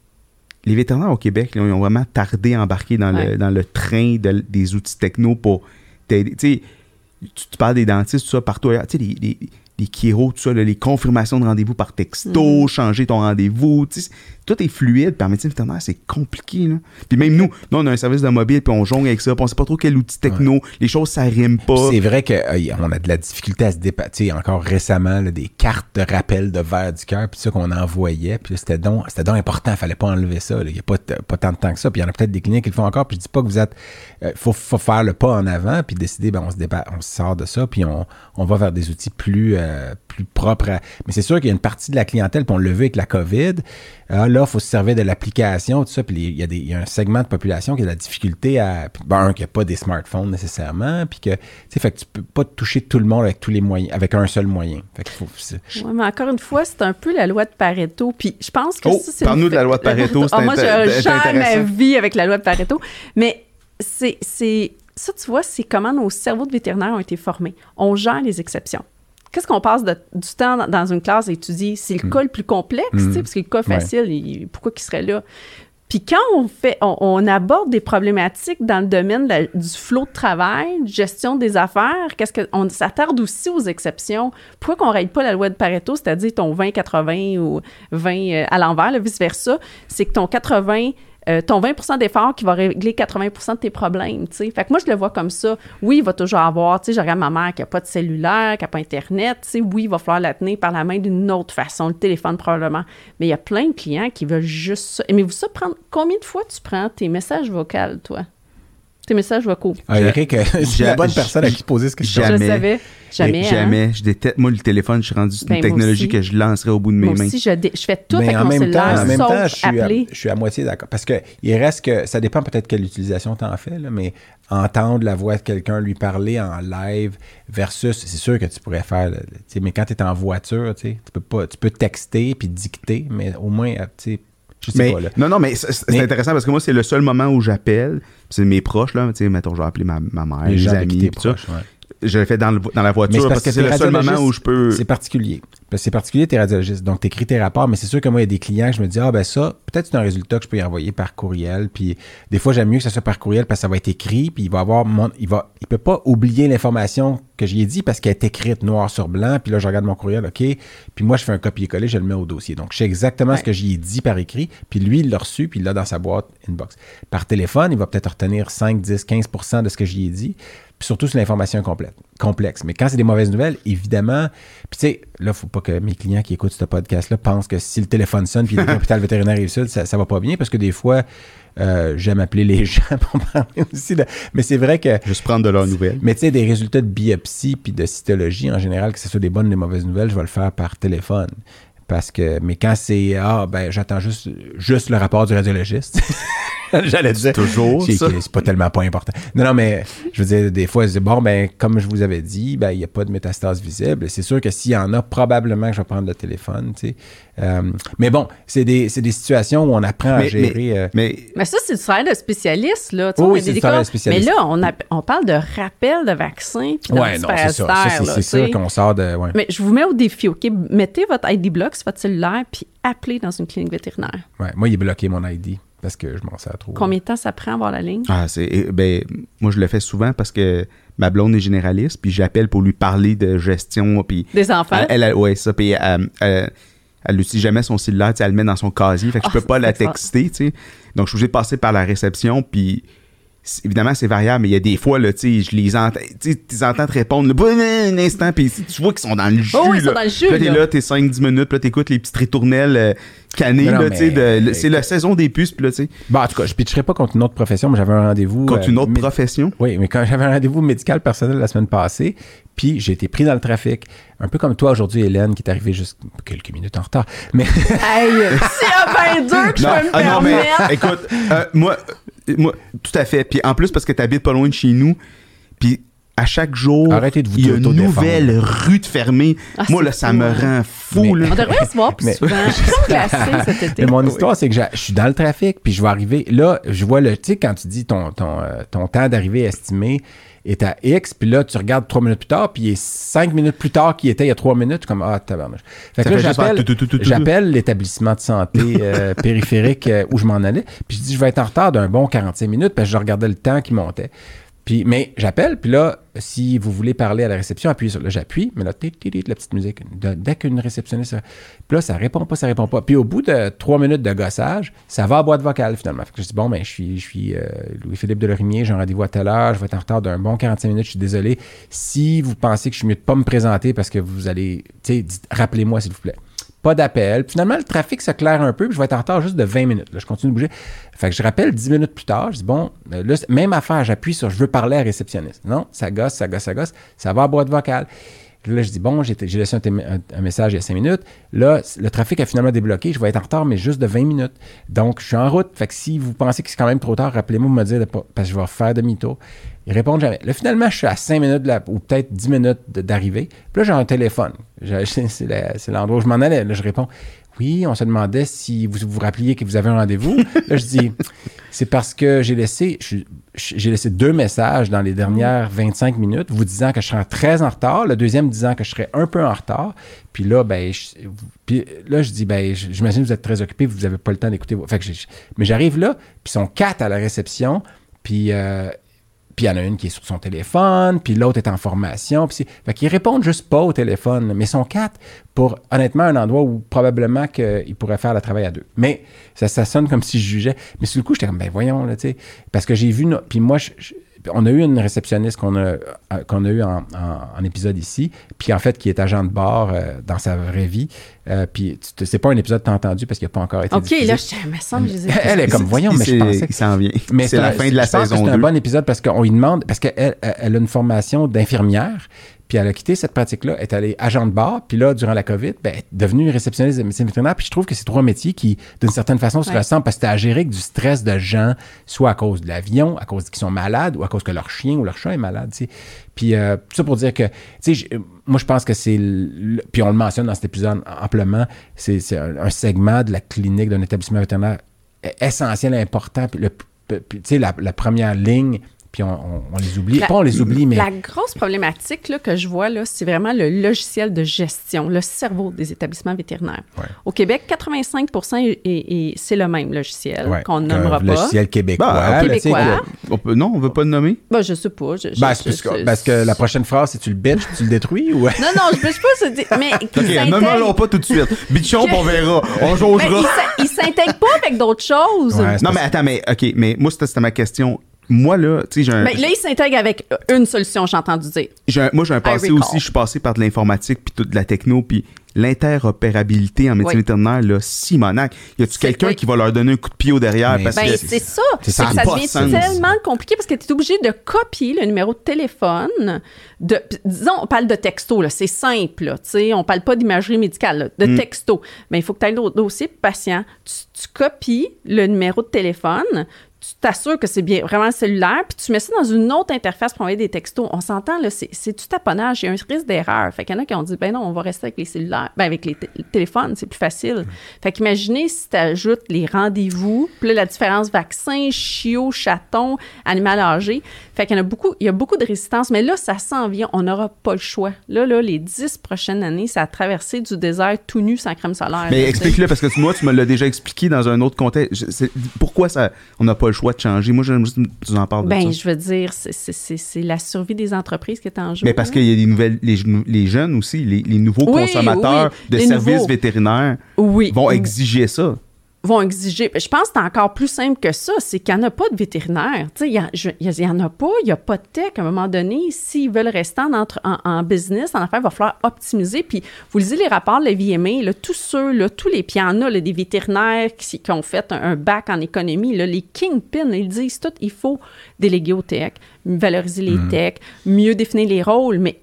les vétérinaires au Québec, là, ils ont vraiment tardé à embarquer dans, ouais. le, dans le train de, des outils techno pour t'aider. Tu sais, tu, tu parles des dentistes, tout ça, partout ailleurs. Tu sais, les, les, les Kiro, tout ça, là, les confirmations de rendez-vous par texto, mm. changer ton rendez-vous, tu sais, tout est fluide. Puis en médecine vétérinaire, c'est compliqué, là. Puis même nous, nous, on a un service de mobile, puis on jongle avec ça, puis on sait pas trop quel outil techno, ouais. les choses, ça rime pas. Puis c'est vrai qu'on euh, a de la difficulté à se dépasser. Encore récemment, là, des cartes de rappel de verre du cœur, puis ça qu'on envoyait, puis là, c'était donc, c'était donc important, il fallait pas enlever ça. Il n'y a pas, t- pas tant de temps que ça. Puis il y en a peut-être des cliniques qui le font encore, puis je dis pas que vous êtes... Il euh, faut, faut faire le pas en avant, puis décider, ben, on, se dépa- on se sort de ça, puis on, on va vers des outils plus, euh, plus propres. À... Mais c'est sûr qu'il y a une partie de la clientèle, puis on l'a vu avec la COVID, euh, là, il faut se servir de l'application, tout ça, puis il y, a des, il y a un segment de population qui a de la difficulté à... Ben, un, qui n'a pas des smartphones nécessairement, puis que, tu sais, fait que tu peux pas toucher tout le monde avec tous les moyens, avec un seul moyen. Fait qu'il faut... Oui, mais encore une fois, c'est un peu la loi de Pareto, puis je pense que oh, ça, c'est... parle-nous de la loi de Pareto, c'est oh, moi, inter- je gère ma vie avec la loi de Pareto, mais c'est... c'est... Ça, tu vois, c'est comment nos cerveaux de vétérinaires ont été formés. On gère les exceptions. Qu'est-ce qu'on passe de, du temps dans une classe à étudier? C'est le mmh. cas le plus complexe, mmh. parce que le cas facile, ouais. il, pourquoi qu'il serait là? Puis quand on fait, on, on aborde des problématiques dans le domaine de la, du flot de travail, gestion des affaires, qu'est-ce que on s'attarde aussi aux exceptions. Pourquoi qu'on ne règle pas la loi de Pareto, c'est-à-dire ton vingt quatre-vingts ou vingt euh, à l'envers, là, vice-versa, c'est que ton quatre-vingts Euh, ton vingt pour cent d'effort qui va régler quatre-vingts pour cent de tes problèmes, tu sais. Fait que moi, je le vois comme ça. Oui, il va toujours avoir, tu sais, je regarde ma mère qui n'a pas de cellulaire, qui n'a pas Internet, tu sais. Oui, il va falloir la tenir par la main d'une autre façon, le téléphone probablement. Mais il y a plein de clients qui veulent juste ça. Aimez-vous ça prendre... Combien de fois tu prends tes messages vocaux, toi? Tes messages vocaux. Ah, Eric, c'est la bonne personne à qui poser ce question. Je le savais. Jamais. Jamais. Hein? Je déteste, moi, le téléphone, je suis rendu sur ben, une technologie que je lancerais au bout de mes moi mains. Moi aussi, je, dé... je fais tout ben, avec mon cellulaire, temps, en même sauf temps, je suis, appeler. À, je suis à moitié d'accord. Parce que il reste que, ça dépend peut-être quelle utilisation tu en fais, là, mais entendre la voix de quelqu'un lui parler en live versus, c'est sûr que tu pourrais faire, là, mais quand tu es en voiture, tu peux pas, tu peux texter puis dicter, mais au moins, tu sais, je sais mais, pas, là. Non, non, mais c'est, c'est mais, intéressant parce que moi, c'est le seul moment où j'appelle. C'est mes proches, là. Tu sais, mettons, je vais appeler ma, ma mère, mes amis, tout ça. Ouais. Je le fais dans, le, dans la voiture parce, parce que, que c'est le seul moment où je peux... C'est particulier. Parce que c'est particulier, t'es radiologiste. Donc, t'écris tes rapports, mais c'est sûr que moi, il y a des clients que je me dis, ah, ben ça, peut-être c'est un résultat que je peux y envoyer par courriel. Puis, des fois, j'aime mieux que ça soit par courriel parce que ça va être écrit. Puis, il va avoir mon. Il va. Il peut pas oublier l'information que j'y ai dit parce qu'elle est écrite noir sur blanc. Puis là, je regarde mon courriel, OK. Puis, moi, je fais un copier-coller, je le mets au dossier. Donc, je sais exactement ouais. ce que j'y ai dit par écrit. Puis, lui, il l'a reçu, puis il l'a dans sa boîte inbox. Par téléphone, il va peut-être retenir cinq, dix, quinze pour cent de ce que j'y ai dit. Puis surtout sur l'information complète, complexe. Mais quand c'est des mauvaises nouvelles, évidemment, puis tu sais, là, il ne faut pas que mes clients qui écoutent ce podcast-là pensent que si le téléphone sonne puis il y a un hôpital vétérinaire et ça, ça va pas bien parce que des fois, euh, j'aime appeler les gens pour parler aussi de... Mais c'est vrai que... Juste prendre de leurs nouvelles. Mais tu sais, des résultats de biopsie puis de cytologie, en général, que ce soit des bonnes ou des mauvaises nouvelles, je vais le faire par téléphone. Parce que, mais quand c'est, ah, ben, j'attends juste, juste le rapport du radiologiste. J'allais dire. Toujours, c'est, ça. C'est pas tellement pas important. Non, non, mais je veux dire, des fois, je dis, bon, ben, comme je vous avais dit, ben, il n'y a pas de métastase visible. C'est sûr que s'il y en a, probablement que je vais prendre le téléphone, tu sais. Euh, mais bon, c'est des, c'est des situations où on apprend mais, à gérer. Mais, euh... mais, mais ça, c'est du travail de spécialiste, là. Oh, oui, c'est du travail de spécialiste. Mais là, on, a, on parle de rappel de vaccins. Oui, non, c'est ça. ça c'est, là, c'est ça qu'on sort de. Ouais. Mais je vous mets au défi, OK? Mettez votre I D block sur votre cellulaire, puis appelez dans une clinique vétérinaire. Ouais, moi, il est bloqué, mon I D. Parce que je m'en sers trop. Combien de temps ça prend à avoir la ligne? Ah, c'est, ben, moi, je le fais souvent parce que ma blonde est généraliste, puis j'appelle pour lui parler de gestion. Puis des enfants? Elle, elle, ouais, ça. Puis elle, elle, elle n'utilise jamais son cellulaire, elle le met dans son casier. Fait que oh, je peux pas la texter, tu sais. Donc, je suis obligé de passer par la réception, puis évidemment, c'est variable, mais il y a des fois, là, tu sais, je les entends, tu sais, les entends te répondre, là, un instant, puis tu vois qu'ils sont dans le jus, oh, oui, là. Ils sont dans le jus, puis là, t'es là, t'es cinq dix minutes, puis là, t'écoutes les petites ritournelles euh, cannées, non, là, tu sais, de, c'est la saison des puces, puis là, tu sais. Bon, en tout cas, je pitcherai pas contre une autre profession, mais j'avais un rendez-vous... Contre euh, une autre mé- profession? Oui, mais quand j'avais un rendez-vous médical personnel la semaine passée, puis j'ai été pris dans le trafic, un peu comme toi aujourd'hui, Hélène, qui est arrivée juste quelques minutes en retard, mais... Hey, c'est un vingt-deux que non, je peux me ah, permettre! Non, mais, écoute, euh, moi... Moi, tout à fait. Puis en plus, parce que tu habites pas loin de chez nous, puis à chaque jour, arrêtez de vous il y a une nouvelle rue de fermée. Ah, moi, là, ça fou, me hein. rend fou. Mais, là. On devrait se voir plus mais, souvent. Je suis classée cet été. Mais mon histoire, c'est que je suis dans le trafic, puis je vais arriver. Là, je vois le. Tu sais, quand tu dis ton, ton, euh, ton temps d'arrivée estimé est à X, puis là, tu regardes trois minutes plus tard, puis il est cinq minutes plus tard qu'il était il y a trois minutes, comme ah, tabarnouche. Fait que là, j'appelle, j'appelle l'établissement de santé euh, périphérique euh, où je m'en allais, puis je dis, je vais être en retard d'un bon quarante-cinq minutes, parce que je regardais le temps qui montait. Puis, mais j'appelle, puis là, si vous voulez parler à la réception, appuyez sur... Là, j'appuie, mais là, tit, tit, tit, la petite musique. De, dès qu'une réceptionniste... Puis là, ça répond pas, ça répond pas. Puis au bout de trois minutes de gossage, ça va à boîte vocale, finalement. Fait que je dis, bon, ben, je suis, je suis euh, Louis-Philippe Delorimier, j'ai un rendez-vous à telle heure, je vais être en retard d'un bon quarante-cinq minutes, je suis désolé. Si vous pensez que je suis mieux de pas me présenter parce que vous allez... Tu sais, dites, rappelez-moi, s'il vous plaît. Pas d'appel. Puis finalement, le trafic se claire un peu, puis je vais être en retard juste de vingt minutes. Là, je continue de bouger. Fait que je rappelle dix minutes plus tard. Je dis, bon, là, même affaire, j'appuie sur « je veux parler à la réceptionniste ». Non, ça gosse, ça gosse, ça gosse. Ça va à boîte vocale. Là, je dis, bon, j'ai, j'ai laissé un, thé- un, un message il y a cinq minutes. Là, le trafic a finalement débloqué. Je vais être en retard, mais juste de vingt minutes. Donc, je suis en route. Fait que si vous pensez que c'est quand même trop tard, rappelez-moi de me dire, de pas, parce que je vais faire demi-tour. Ils répondent jamais. Là, finalement, je suis à cinq minutes de la, ou peut-être dix minutes de, d'arrivée. Puis là, j'ai un téléphone. Je, c'est, la, c'est l'endroit où je m'en allais. Là, je réponds, oui, on se demandait si vous vous rappeliez que vous avez un rendez-vous. Là, je dis, c'est parce que j'ai laissé, je, j'ai laissé deux messages dans les dernières vingt-cinq minutes, vous disant que je serais très en retard, le deuxième disant que je serais un peu en retard. Puis là, ben, je, puis là, je dis, ben, je, j'imagine que vous êtes très occupé, vous n'avez pas le temps d'écouter. Vos... Fait que je, mais j'arrive là, puis ils sont quatre à la réception, puis... Euh, Puis il y en a une qui est sur son téléphone, puis l'autre est en formation. Puis c'est... Fait qu'ils répondent juste pas au téléphone, mais ils sont quatre pour, honnêtement, un endroit où probablement qu'ils pourraient faire le travail à deux. Mais ça, ça sonne comme si je jugeais. Mais sur le coup, j'étais comme, ben voyons, là, tu sais. Parce que j'ai vu... No... Puis moi, je, je... on a eu une réceptionniste qu'on a, qu'on a eu en, en, en épisode ici, puis en fait, qui est agent de bar euh, dans sa vraie vie. Euh, puis tu, c'est pas un épisode que tu as entendu parce qu'il n'a pas encore été OK, diffusé. là, je me semble que je les ai Elle est comme, voyons, mais je pensais que... Il s'en vient. Mais c'est la un, fin de la je pense saison que c'est deux. un bon épisode parce qu'on lui demande... Parce qu'elle elle, elle a une formation d'infirmière, puis elle a quitté cette pratique-là, est allée agent de bar, puis là, durant la COVID, ben, elle est devenue réceptionniste de médecine vétérinaire, puis je trouve que c'est trois métiers qui, d'une certaine façon, se ouais. ressemblent parce que t'as à gérer avec du stress de gens, soit à cause de l'avion, à cause qu'ils sont malades, ou à cause que leur chien ou leur chat est malade, tu sais. Puis euh, tout ça pour dire que, tu sais, moi, je pense que c'est... Le, puis on le mentionne dans cet épisode amplement, c'est, c'est un, un segment de la clinique d'un établissement vétérinaire essentiel, important, puis, le, puis tu sais, la, la première ligne... Puis on, on, on les oublie. La, pas on les oublie, mais... La grosse problématique là, que je vois, là, c'est vraiment le logiciel de gestion, le cerveau des établissements vétérinaires. Ouais. Au Québec, quatre-vingt-cinq pour cent est, est, est, c'est le même logiciel ouais. qu'on ne nommera le pas. Le logiciel québécois. Bah, québécois. Là, on peut, non, on ne veut pas le nommer? Ben, je ne sais pas. Je, ben, je, c'est je, parce, je, parce que la prochaine phrase, c'est tu le bitches, tu le détruis ou... Non, non, je ne bitch pas. C'est... Mais OK, ne m'allons pas tout de suite. Bitchons, on verra. On jaugera. Il ne s'intègre pas avec d'autres choses. Ouais, non, mais attends, mais OK, mais moi, c'était, c'était ma question. Moi, là, tu sais, j'ai un... Mais là, il s'intègre avec une solution, j'ai entendu dire. J'ai un, moi, j'ai un passé aussi, je suis passé par de l'informatique puis toute de la techno, puis l'interopérabilité en médecine oui. vétérinaire, là, Simonac. Y a-tu c'est quelqu'un oui. qui va leur donner un coup de pied au derrière? Mais parce ben, que c'est ça. C'est ça, ça devient sens. tellement compliqué parce que tu es obligé de copier le numéro de téléphone. De, disons, on parle de texto, là, c'est simple. Là, on parle pas d'imagerie médicale, là, de mm. texto. Mais il faut que tu ailles le dossier patient. Tu, tu copies le numéro de téléphone. Tu t'assures que c'est bien vraiment le cellulaire, puis tu mets ça dans une autre interface pour envoyer des textos. On s'entend, là, c'est, c'est du taponnage, il y a un risque d'erreur. Fait qu'il y en a qui ont dit, ben non, on va rester avec les cellulaires, ben avec les, t- les téléphones, c'est plus facile. Fait qu'imaginez si tu ajoutes les rendez-vous, puis là, la différence vaccin, chiot, chaton, animal âgé. Fait qu'il y en a beaucoup, il y a beaucoup de résistance, mais là, ça s'en vient, on n'aura pas le choix. Là, là, les dix prochaines années, c'est à traverser du désert tout nu sans crème solaire. Mais là, explique-le, parce que moi, tu me l'as déjà expliqué dans un autre contexte. C'est, pourquoi ça, on n'a pas le choix de changer? Moi, j'aime juste que tu en parles de ben, ça. Ben, je veux dire, c'est, c'est, c'est, c'est la survie des entreprises qui est en jeu. Mais parce là. qu'il y a des nouvelles, les, les jeunes aussi, les, les nouveaux oui, consommateurs oui, de services nouveaux. vétérinaires oui. vont exiger ça. vont exiger. Je pense que c'est encore plus simple que ça, c'est qu'il n'y en a pas de vétérinaire. Tu sais, il n'y en a pas, il n'y a pas de tech. À un moment donné, s'ils veulent rester en, entre, en, en business, en affaires, il va falloir optimiser. Puis, vous lisez les rapports de la V M A, là, tous ceux, là, tous les, puis il y en a, là, des vétérinaires qui, qui ont fait un, un bac en économie, là, les kingpins, ils disent tout, il faut déléguer aux tech, valoriser les mmh. techs, mieux définir les rôles, mais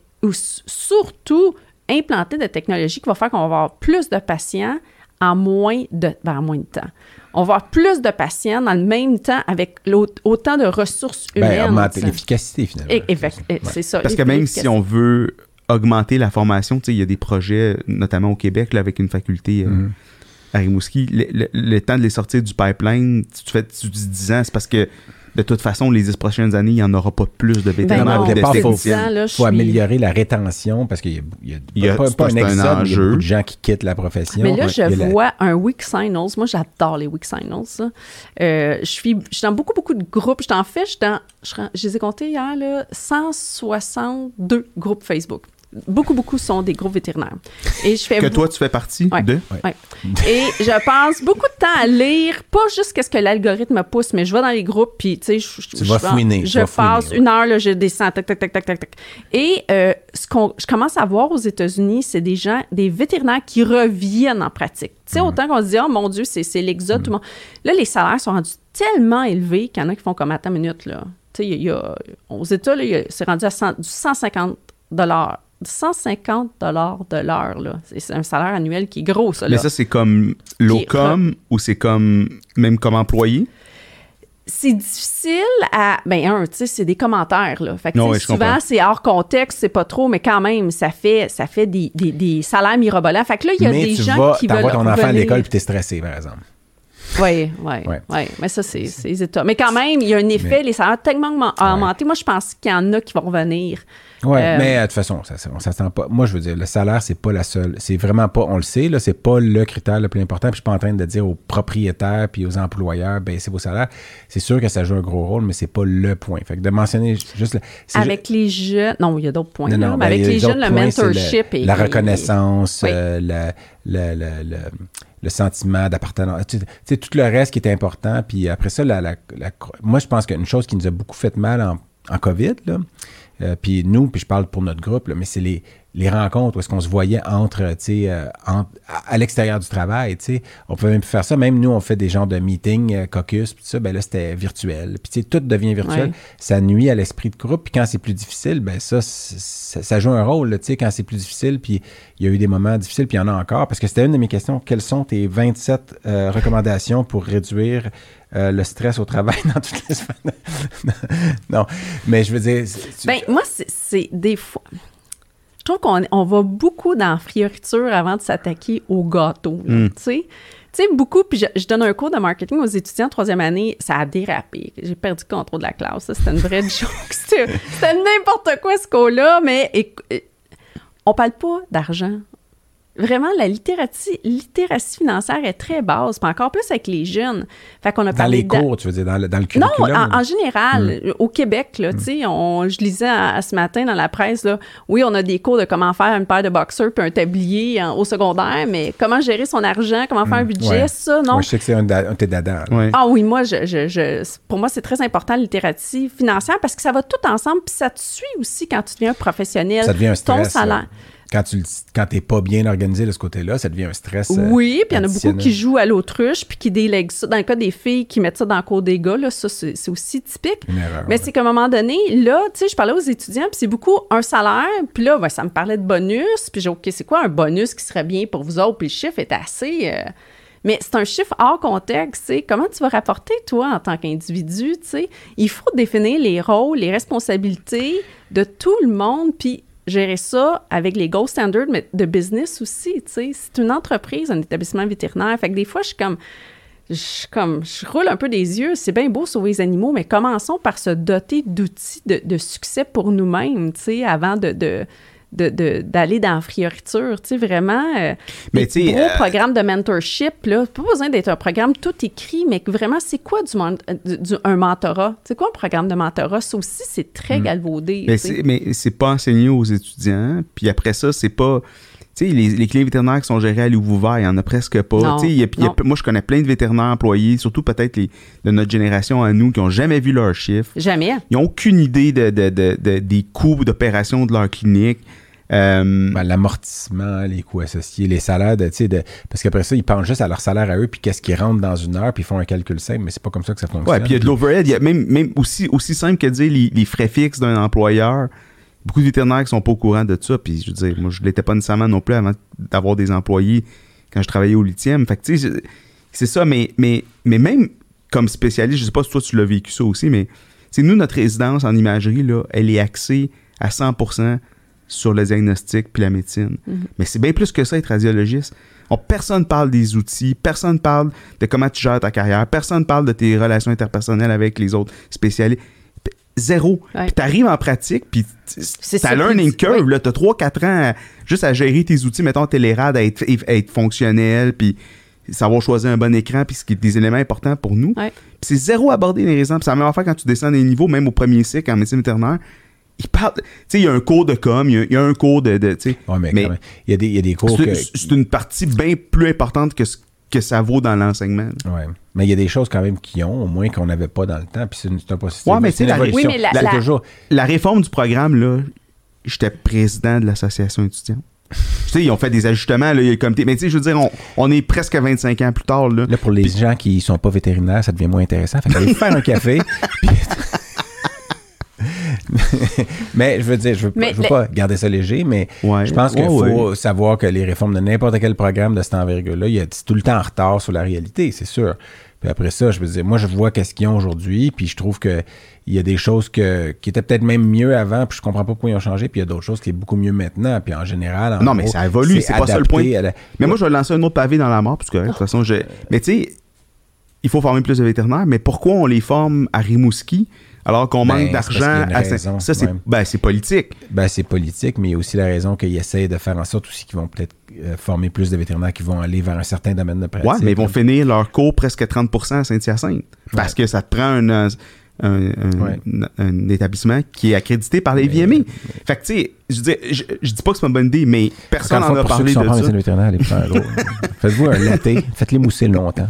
surtout implanter des technologies qui vont faire qu'on va avoir plus de patients en moins de, ben en moins de temps. On va avoir plus de patients dans le même temps avec autant de ressources humaines. Ben, augmenter l'efficacité, finalement. Et, et, c'est, ouais. c'est ça. Parce que même si on veut augmenter la formation, tu sais, il y a des projets, notamment au Québec, là, avec une faculté euh, mm-hmm. à Rimouski, le, le, le temps de les sortir du pipeline, tu fais tu dis dix ans, c'est parce que de toute façon, les dix prochaines années, il n'y en aura pas plus de vétérinaires Ben non, et de pas faux. techniciens. Là, Il faut je suis- améliorer la rétention parce qu'il y a, il y a, Il y a- pas, c'est pas un un exode, mais il y a enjeu. beaucoup de gens qui quittent la profession. Mais là, Ouais. je Il y a la- vois un Week Signals. Moi, j'adore les Week Signals. ça. Euh, je suis je suis dans beaucoup, beaucoup de groupes. Je t'en fais, je, dans, je, je les ai comptés hier, là, cent soixante-deux groupes Facebook. Beaucoup, beaucoup sont des groupes vétérinaires. Et je fais Que toi, tu fais partie Ouais. de? Ouais. Et je passe beaucoup de temps à lire, pas juste qu'est-ce que l'algorithme pousse, mais je vais dans les groupes, puis tu sais, je, Tu je, vas je- fouiner, tu Je vas passe fouiner, une heure, là, je descends, tac, tac, tac, tac, tac, tac. Et euh, ce qu'on, je commence à voir aux États-Unis, c'est des gens, des vétérinaires qui reviennent en pratique. Tu sais, Mm. autant qu'on se dit, oh mon Dieu, c'est, c'est l'exode, tout le monde. Là, les salaires sont rendus tellement élevés qu'il y en a qui font comme, attends une minute, là. Tu sais, il y a, aux États, là, il y a- c'est rendu à cent, du cent cinquante dollars. cent cinquante dollars de l'heure, là. C'est, c'est un salaire annuel qui est gros, ça, là. Mais ça, c'est comme l'Ocom ou c'est comme même comme employé? C'est difficile à... Ben, un, tu sais, c'est des commentaires, là. Fait que, Non, tu sais, ouais, je souvent, comprends. c'est hors contexte, c'est pas trop, mais quand même, ça fait, ça fait des, des, des salaires mirobolants. Fait que là, il y a mais des tu gens vas, qui veulent t'envoies ton enfant à revenir. l'école puis t'es stressé, par exemple. Oui, oui, Ouais. oui. Mais ça, c'est, c'est les États. Mais quand même, il y a un effet, Mais- les salaires ont tellement augmen- augmenté. Moi, je pense qu'il y en a qui vont revenir. Oui, Euh, mais euh, de toute façon, ça, ça, on s'attend pas. Moi, je veux dire, le salaire, c'est pas la seule. C'est vraiment pas, on le sait, là, c'est pas le critère le plus important. Puis je suis pas en train de dire aux propriétaires puis aux employeurs, baissez vos salaires. C'est sûr que ça joue un gros rôle, mais c'est pas le point. Fait que de mentionner juste. le- c'est Avec les jeunes... Non, il y a d'autres points, Non, là, non, mais ben, avec il y a les d'autres jeunes, le points, c'est mentorship le- est... la reconnaissance, Oui. euh, le, le, le, le, le sentiment d'appartenance, tu sais, tout le reste qui est important. Puis après ça, la, la, la- moi, je pense qu'une chose qui nous a beaucoup fait mal en, en COVID, là, euh, puis nous, puis je parle pour notre groupe, là, mais c'est les, les rencontres où est-ce qu'on se voyait entre, tu sais, euh, entre- à, à l'extérieur du travail, tu sais. On pouvait même plus faire ça. Même nous, on fait des genres de meetings, euh, caucus, puis tout ça, ben là, c'était virtuel. Puis tu sais, tout devient virtuel. Ouais. Ça nuit à l'esprit de groupe. Puis quand c'est plus difficile, ben ça, c'est- ça, ça joue un rôle, là, tu sais, quand c'est plus difficile. Puis il y a eu des moments difficiles, puis il y en a encore. Parce que c'était une de mes questions. Quelles sont tes vingt-sept euh, recommandations pour réduire euh, le stress au travail dans toutes les semaines? Non, mais je veux dire... tu- Ben, moi, c'est, c'est des fois... Je trouve qu'on on va beaucoup dans la frioriture avant de s'attaquer au gâteau, là, Mm. tu sais. Tu sais, beaucoup, puis je, je donne un cours de marketing aux étudiants en troisième année, ça a dérapé. J'ai perdu le contrôle de la classe. Ça, c'était une vraie joke. C'était, c'était n'importe quoi, ce cours-là, mais éc- euh, on parle pas d'argent. Vraiment, la littératie, littératie financière est très basse, puis encore plus avec les jeunes. Fait qu'on a Dans parlé les d'a- cours, tu veux dire, dans le, dans le non, curriculum? en, en général, Hmm. au Québec, là, tu sais, on- je lisais à- à ce matin dans la presse, là, oui, on a des cours de comment faire une paire de boxers puis un tablier en- au secondaire, mais comment gérer son argent, comment faire un budget, Ouais. ça, non? Moi, je sais que c'est un, da- un de tes dadas, là. Ouais. Ah oui, moi, je, je, je- pour moi, c'est très important, la littératie financière, parce que ça va tout ensemble, puis ça te suit aussi quand tu deviens un professionnel. Ça devient un Ton stress. salaire. là. Quand tu quand t'es pas bien organisé de ce côté-là, ça devient un stress. euh, Oui, puis il y en a beaucoup additionnel. qui jouent à l'autruche, puis qui délèguent ça. Dans le cas des filles qui mettent ça dans le cours des gars, là, ça, c'est, c'est aussi typique. Une erreur. Mais ouais. c'est qu'à un moment donné, là, tu sais, je parlais aux étudiants, puis c'est beaucoup un salaire, puis là, ben, ça me parlait de bonus, puis j'ai OK, c'est quoi un bonus qui serait bien pour vous autres? Puis le chiffre est assez... euh, Mais c'est un chiffre hors contexte, tu sais. Comment tu vas rapporter, toi, en tant qu'individu, tu sais? Il faut définir les rôles, les responsabilités de tout le monde, puis gérer ça avec les gold standards, mais de business aussi, tu sais. C'est une entreprise, un établissement vétérinaire. Fait que des fois, je suis comme... Je, comme, je roule un peu des yeux. C'est bien beau sauver les animaux, mais commençons par se doter d'outils de, de succès pour nous-mêmes, tu sais, avant de... de De, de, d'aller dans la frioriture, tu sais, vraiment, euh, Mais des tu sais, gros euh, programmes de mentorship, là, pas besoin d'être un programme tout écrit, mais que vraiment, c'est quoi du, men- du- du- un mentorat? C'est quoi un programme de mentorat? Ça aussi, c'est très galvaudé. Mais tu sais. c'est, mais c'est pas enseigné aux étudiants. Puis après ça, c'est pas... Tu sais, les, les cliniques vétérinaires qui sont gérés à Loup-Ouvert, il y en a presque pas. Non, Tu sais, il y a- il y a- non. moi, je connais plein de vétérinaires employés, surtout peut-être les, de notre génération à nous, qui ont jamais vu leur chiffre. Jamais. Ils n'ont aucune idée de, de- de- de- des coûts d'opération de leur clinique. Euh, Ben, l'amortissement, les coûts associés, les salaires, de, tu sais, de, parce qu'après ça, ils pensent juste à leur salaire à eux, puis qu'est-ce qui rentre dans une heure, puis ils font un calcul simple, mais c'est pas comme ça que ça fonctionne. ouais, puis il y a de l'overhead. Il y a même, même aussi, aussi simple que de dire les, les frais fixes d'un employeur. Beaucoup de vétérinaires qui sont pas au courant de ça. Puis je veux dire, moi, je l'étais pas nécessairement non plus avant d'avoir des employés quand je travaillais au lithium. Fait que tu sais, c'est- c'est ça, mais, mais, mais même comme spécialiste, je sais pas si toi tu l'as vécu ça aussi, mais c'est nous, notre résidence en imagerie, là, elle est axée à cent pour cent sur le diagnostic puis la médecine. Mhm. Mais c'est bien plus que ça, être radiologiste. On, personne parle des outils, personne parle de comment tu gères ta carrière, personne parle de tes relations interpersonnelles avec les autres spécialistes. Zéro. Ouais. Puis t'arrives en pratique, puis C'est ta ça, learning puis- curve, oui. là, t'as trois quatre ans à- juste à gérer tes outils, mettons Télérad, à être, à être fonctionnel, puis savoir choisir un bon écran, puis ce qui est des éléments importants pour nous. Ouais. Puis c'est zéro abordé les raisons. Puis c'est la même affaire quand tu descends des niveaux, même au premier cycle en médecine vétérinaire. Il parle, tu sais, il y a un cours de com, il y a, il y a un cours de, de tu sais. Ouais, mais, Mais- quand même, il y a des, il y a des cours C'est, que... c'est une partie bien plus importante que ce que ça vaut dans l'enseignement. Ouais. Mais il y a des choses quand même qui ont, au moins qu'on n'avait pas dans le temps. Puis c'est, une, c'est un processus. Ouais, mais tu sais, la- évolution. Oui, mais la- C'est la- toujours... La réforme du programme, là, j'étais président de l'association étudiante. Tu sais, ils ont fait des ajustements, là, il y a le comité. Mais tu sais, je veux dire, on, on est presque vingt-cinq ans plus tard, là. Là, pour les gens qui sont pas vétérinaires, ça devient moins intéressant. Fait qu'allez faire un café. puis- mais je veux dire, je veux, pas, Mais je veux le- pas garder ça léger, mais Ouais. je pense qu'il Ouais, faut ouais. savoir que les réformes de n'importe quel programme de cette envergure-là, il y a, c'est tout le temps en retard sur la réalité, c'est sûr. Puis après ça, je veux dire, moi, je vois qu'est-ce qu'ils ont aujourd'hui, puis je trouve que il y a des choses que, qui étaient peut-être même mieux avant, puis je comprends pas pourquoi ils ont changé, puis il y a d'autres choses qui est beaucoup mieux maintenant, puis en général... En Non, mais gros, ça évolue, c'est pas ça le point. adapté à la- Mais moi, je vais lancer un autre pavé dans la mort, parce que de toute façon, je... Mais tu sais, il faut former plus de vétérinaires, mais pourquoi on les forme à Rimouski alors qu'on Ben, manque c'est parce qu'il y d'argent a une à raison, ça, c'est, ouais. ben, c'est politique. Ben, c'est politique, mais il y a aussi la raison qu'ils essayent de faire en sorte aussi qu'ils vont peut-être euh, former plus de vétérinaires qui vont aller vers un certain domaine de pratique. Ouais, mais ils vont finir leur cours presque trente pour cent à Saint-Hyacinthe. Parce que ça te prend un, un, un, Ouais. un- un établissement qui est accrédité par les V M A. Fait que, tu sais, je, veux dire, je, je dis pas que c'est pas une bonne idée, mais personne Encore une n'en fois, a pour ceux qui parlé sont de pas en ça. médecine vétérinaire, allez faire un gros. Faites-vous un latte, faites-les mousser longtemps.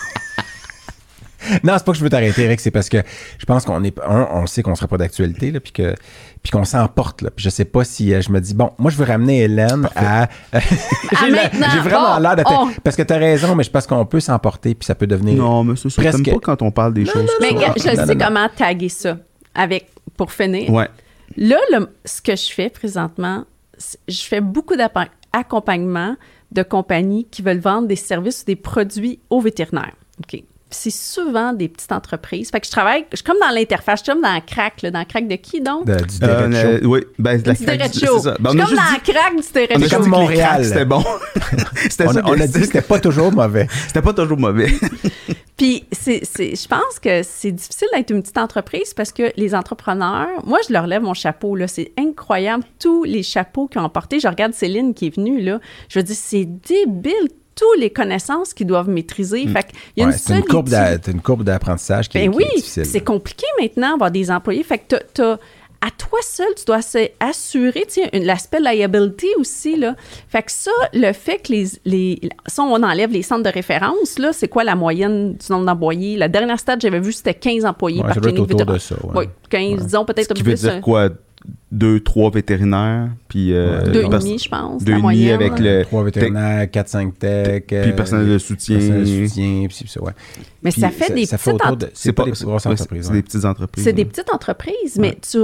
Non, c'est pas que je veux t'arrêter, Rick, c'est parce que je pense qu'on est, un, on sait qu'on sera pas d'actualité, là, puis que, puis qu'on s'emporte, là. Puis je sais pas si euh, je me dis, bon, moi, je veux ramener Hélène à. j'ai, la- maintenant, j'ai vraiment bon, l'air de. on- Parce que t'as raison, mais je pense qu'on peut s'emporter, puis ça peut devenir. Non, mais c'est ça. Presque- T'aimes pas quand on parle des choses. Mais comme gars, ça. je Non, sais non, non. comment taguer ça avec, pour finir. Ouais. Là, le- ce que je fais présentement, c'est- je fais beaucoup d'accompagnement de compagnies qui veulent vendre des services ou des produits aux vétérinaires. OK. C'est souvent des petites entreprises. Fait que je travaille, je suis comme dans l'interface, je suis comme dans le crack, là, dans le crack de qui donc? de- du Euh, Derek euh, Show. oui, ben, de la Du Derek c'est Show. ça. Je Ben, suis on a comme juste dans dit- le crack du on a Derek juste comme Show. dit que les Montréal. cracks, c'était bon. c'était On, ça a- on que- a dit que c'était pas toujours mauvais. C'était pas toujours mauvais. Puis, c'est, c'est, je pense que c'est difficile d'être une petite entreprise parce que les entrepreneurs, moi, je leur lève mon chapeau, là. C'est incroyable, tous les chapeaux qu'ils ont portés. Je regarde Céline qui est venue, là. Je veux dire, c'est débile, toutes les connaissances qu'ils doivent maîtriser. Fait qu'il y a Ouais, une c'est, une courbe solitude. d'a- c'est une courbe d'apprentissage qui, est- Ben qui oui, est difficile. c'est compliqué maintenant d'avoir des employés. Fait que t'as, t'as- à toi seul, tu dois se- assurer, tu sais, une- l'aspect liability aussi, là. Fait que ça, le fait que les, les... Ça, on enlève les centres de référence, là, c'est quoi la moyenne du nombre d'employés? La dernière stat que j'avais vue, c'était quinze employés Ouais, par ça doit être clinique autour de vétérinaire. ça, ouais. Oui, quinze, Ouais. disons peut-être Ce un qui peu veut plus. dire quoi? Deux, trois vétérinaires, puis... euh, Ouais, Deux et pers- demi, je pense, deux la et demi moyenne. avec là. le... Trois vétérinaires, quatre cinq tech. Puis personnel de soutien. Personnel de soutien, puis ça, ouais. Mais Puis ça fait des ça fait petites autour ent- de- C'est pas des grosses ouais, entreprises. C'est ouais. des petites entreprises. C'est ouais. des petites entreprises, mais tu...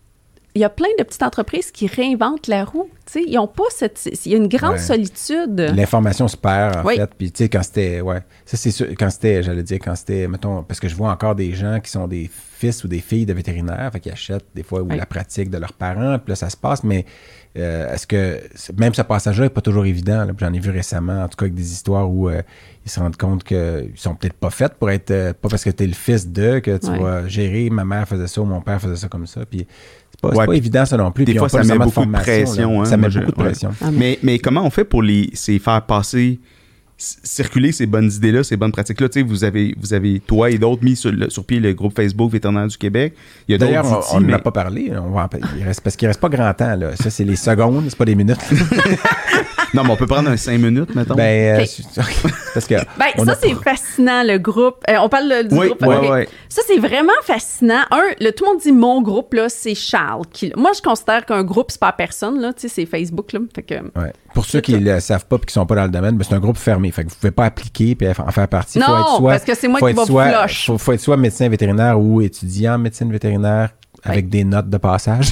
Il y a plein de petites entreprises qui réinventent la roue. Tu sais, ils ont pas cette... Il y a une grande Ouais. solitude. L'information se perd, en Oui. fait. Puis, tu sais, quand c'était. Ouais. Ça, c'est sûr. Quand c'était, j'allais dire, quand c'était. Mettons, parce que je vois encore des gens qui sont des fils ou des filles de vétérinaires, fait qu'ils achètent des fois ou Oui. la pratique de leurs parents, puis là, ça se passe. Mais euh, est-ce que. Même ce passage-là n'est pas toujours évident. Là, puis j'en ai vu récemment, en tout cas, avec des histoires où euh, ils se rendent compte qu'ils sont peut-être pas faits pour être. euh, pas parce que tu es le fils de que tu Ouais. vas gérer. Ma mère faisait ça ou mon père faisait ça comme ça. Puis. C'est pas, c'est Ouais, pas puis évident, ça non plus. des Puis ils fois, ont pas ça met nécessairement beaucoup de formation, pression, là. hein. Ça met Moi, je- beaucoup de ouais. pression. Ah, mais- Mais, mais comment on fait pour les, c'est faire passer, c- circuler ces bonnes idées-là, ces bonnes pratiques-là? Tu sais, vous avez, vous avez, toi et d'autres, mis sur, le- sur pied le groupe Facebook Vétérinaire du Québec. Il y a D'ailleurs, d'autres on outils, n'en mais... a pas parlé. On va en pa- il reste, parce qu'il reste pas grand temps. Là. Ça, c'est les secondes, c'est pas des minutes. Non, mais on peut prendre un cinq minutes, mettons. ben, euh, Ok. c'est- parce que. Ben, on ça, a c'est pas- fascinant, le groupe. Euh, on parle le- du Oui, groupe. ouais, ok. ouais. Ça, c'est vraiment fascinant. Un, le, tout le monde dit mon groupe, là, c'est Charles. Qui, moi, je considère qu'un groupe, c'est pas personne, là. Tu sais, c'est Facebook, là. Fait que, Ouais. Pour ceux C'est qui ça. ne le savent pas et qui sont pas dans le domaine, ben, c'est un groupe fermé. Fait que vous pouvez pas appliquer et en faire partie. Non, faut être soit, parce que c'est moi faut qui être va soit, flush. faut, faut être soit médecin vétérinaire ou étudiant en médecine vétérinaire avec des notes de passage.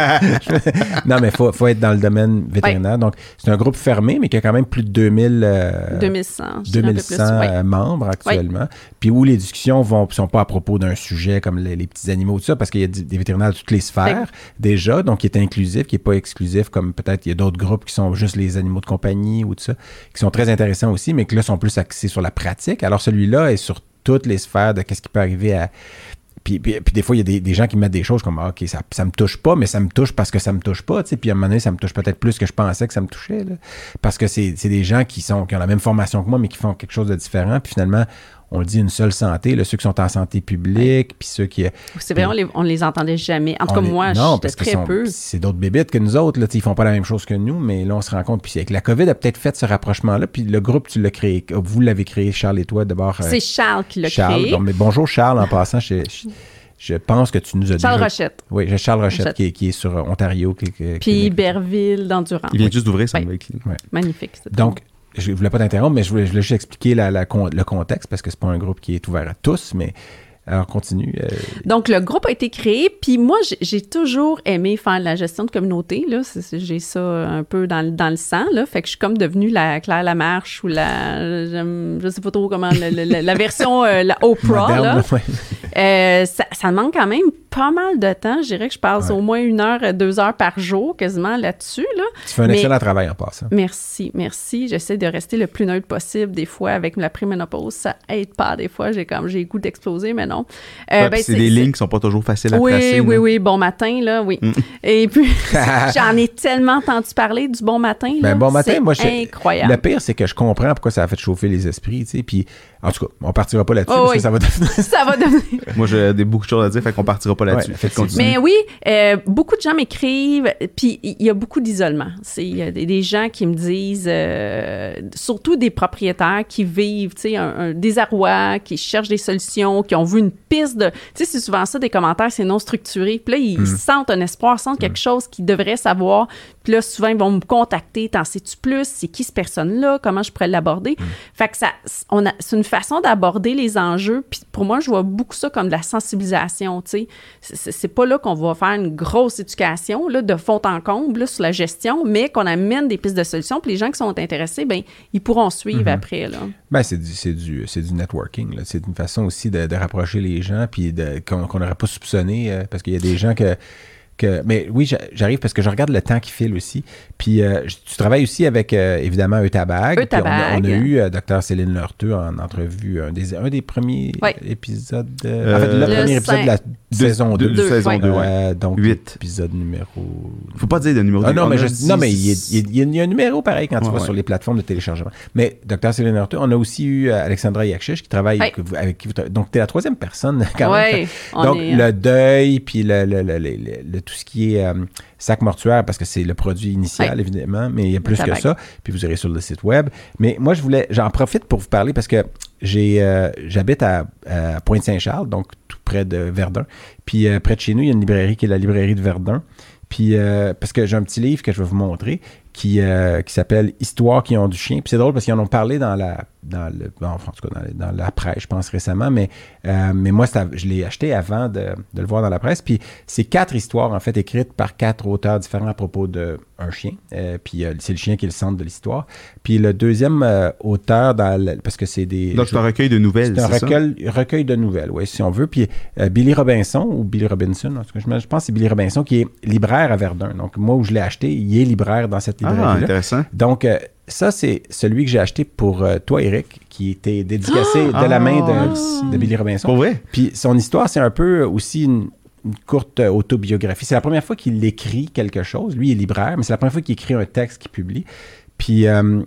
Non, mais il faut, faut être dans le domaine vétérinaire. Oui. Donc, c'est un groupe fermé, mais qui a quand même plus de deux mille, euh, deux mille cent, deux mille cent oui. membres actuellement. Oui. Puis où les discussions ne sont pas à propos d'un sujet comme les, les petits animaux, tout ça, parce qu'il y a des vétérinaires de toutes les sphères oui. déjà, donc qui est inclusif, qui n'est pas exclusif, comme peut-être il y a d'autres groupes qui sont juste les animaux de compagnie ou tout ça, qui sont très intéressants aussi, mais qui là sont plus axés sur la pratique. Alors celui-là est sur toutes les sphères de qu'est-ce qui peut arriver à... Puis, puis, puis des fois, il y a des, des gens qui mettent des choses comme ah, « OK, ça ne me touche pas, mais ça me touche parce que ça me touche pas. » Puis à un moment donné, ça me touche peut-être plus que je pensais que ça me touchait. Là. Parce que c'est, c'est des gens qui, sont, qui ont la même formation que moi, mais qui font quelque chose de différent. Puis finalement, on le dit une seule santé, là, ceux qui sont en santé publique, puis ceux qui... C'est vrai, on les, on les entendait jamais. En tout cas, les, moi, non, j'étais très sont, peu. C'est d'autres bébites que nous autres, là, ils font pas la même chose que nous, mais là, on se rend compte. Puis avec la COVID, a peut-être fait ce rapprochement-là, puis le groupe, tu l'as créé. Vous l'avez créé, Charles et toi, d'abord. C'est euh, Charles qui l'a Charles, créé. Donc, mais bonjour, Charles, en passant. Je, je, je pense que tu nous as dit... Charles déjà... Rochette. Oui, j'ai Charles Rochette, Rochette. Qui, est, qui est sur Ontario. Qui, qui, puis Iberville, d'Endurance. Il vient juste d'ouvrir sa nouvelle clinique. Ouais. Magnifique. Donc, je ne voulais pas t'interrompre, mais je voulais, je voulais juste expliquer la, la, le contexte parce que c'est pas un groupe qui est ouvert à tous, mais alors continue. Euh... Donc, le groupe a été créé, puis moi, j'ai, j'ai toujours aimé faire de la gestion de communauté, là. C'est, c'est, j'ai ça un peu dans, dans le sang, là. Fait que je suis comme devenue la Claire Lamarche ou la... Je, je sais pas trop comment... La, la, la version, euh, la Oprah, moderne, là. Ouais. Euh, ça, ça demande quand même pas mal de temps. Je dirais que je passe ouais. au moins une heure, deux heures par jour quasiment là-dessus. Là. Tu fais un Mais, excellent travail en passant. Merci, merci. J'essaie de rester le plus neutre possible. Des fois, avec la préménopause, ça aide pas. Des fois, j'ai comme j'ai le goût d'exploser, mais non. Euh, ouais, ben, c'est, c'est des c'est... lignes qui sont pas toujours faciles à oui, tracer. Oui, oui, là. oui. Bon matin, là, oui. Mm. Et puis, j'en ai tellement entendu parler du bon matin. Là. Ben, bon matin, c'est moi, je... incroyable. Le pire, c'est que je comprends pourquoi ça a fait chauffer les esprits, tu sais, puis en tout cas, on partira pas là-dessus, oh, parce oui. que ça va devenir... ça va devenir... Moi, j'ai des beaucoup de choses à dire, fait qu'on partira pas là-dessus. Ouais, mais oui, euh, beaucoup de gens m'écrivent, puis il y a beaucoup d'isolement. Il y a des, des gens qui me disent, euh, surtout des propriétaires qui vivent, tu sais, un, un désarroi, qui cherchent des solutions, qui ont vu une piste de... Tu sais, c'est souvent ça, des commentaires, c'est non structuré. Puis là, ils mm. sentent un espoir, sentent mm. quelque chose qu'ils devraient savoir. Puis là, souvent, ils vont me contacter. T'en sais-tu plus? C'est qui cette personne-là? Comment je pourrais l'aborder? Mm. Fait que ça, on a, c'est une façon d'aborder les enjeux. Puis pour moi, je vois beaucoup ça comme de la sensibilisation, tu sais. C'est, c'est pas là qu'on va faire une grosse éducation, là, de fond en comble, là, sur la gestion, mais qu'on amène des pistes de solutions. Puis les gens qui sont intéressés, bien, ils pourront suivre mm-hmm. après, là. Bien, c'est du, c'est du, c'est du networking, là. C'est une façon aussi de, de rapprocher les gens, puis de, qu'on n'aurait pas soupçonné, euh, parce qu'il y a des gens que... Que, mais oui, j'arrive parce que je regarde le temps qui file aussi. Puis euh, tu travailles aussi avec, euh, évidemment, Eutabag. Eutabag. On, on a eu euh, Dr Céline Leurteux en entrevue, un des, un des premiers oui. épisodes. Euh, en fait, le, le premier épisode cinq. de la de, saison deux. De, de saison deux, ouais. euh, donc, huit. Épisode numéro... Faut pas dire de numéro. Ah, non, mais, je, non, mais il y, a, il y a un numéro pareil quand tu ouais, vas ouais. sur les plateformes de téléchargement. Mais Dr Céline Leurteux, on a aussi eu Alexandra Yakchiche qui travaille oui. avec, avec qui vous travaillez. Donc, tu es la troisième personne quand même. Oui, donc, est, le deuil, puis le, le, le, le, le, le, tout ce qui est... Euh, sac mortuaire, parce que c'est le produit initial, oui. évidemment, mais il y a plus que ça. Puis vous irez sur le site web. Mais moi, je voulais, j'en profite pour vous parler parce que j'ai, euh, j'habite à, à Pointe-Saint-Charles, donc tout près de Verdun. Puis euh, près de chez nous, il y a une librairie qui est la librairie de Verdun. Puis, euh, parce que j'ai un petit livre que je vais vous montrer qui, euh, qui s'appelle « Histoires qui ont du chien ». Puis c'est drôle parce qu'ils en ont parlé dans la, dans le, enfin, en tout cas dans, dans la presse, je pense, récemment. Mais, euh, mais moi, c'est, je l'ai acheté avant de, de le voir dans la presse. Puis c'est quatre histoires, en fait, écrites par quatre auteurs différents à propos d'un chien. Euh, puis euh, c'est le chien qui est le centre de l'histoire. Puis le deuxième euh, auteur, dans le, parce que c'est des... Donc c'est un recueil de nouvelles, c'est, c'est un recueil, recueil de nouvelles, oui, si on veut. Puis euh, Billy Robinson, ou Billy Robinson, en tout cas, je, je pense que c'est Billy Robinson qui est libraire à Verdun. Donc moi, où je l'ai acheté, il est libraire dans cette librairie-là. Ah, intéressant. Donc, euh, ça, c'est celui que j'ai acheté pour euh, toi, Eric, qui était dédicacé ah, de la main de, de Billy Robinson. Pour vrai? Puis son histoire, c'est un peu aussi une, une courte autobiographie. C'est la première fois qu'il écrit quelque chose. Lui, il est libraire, mais c'est la première fois qu'il écrit un texte qu'il publie. Puis euh,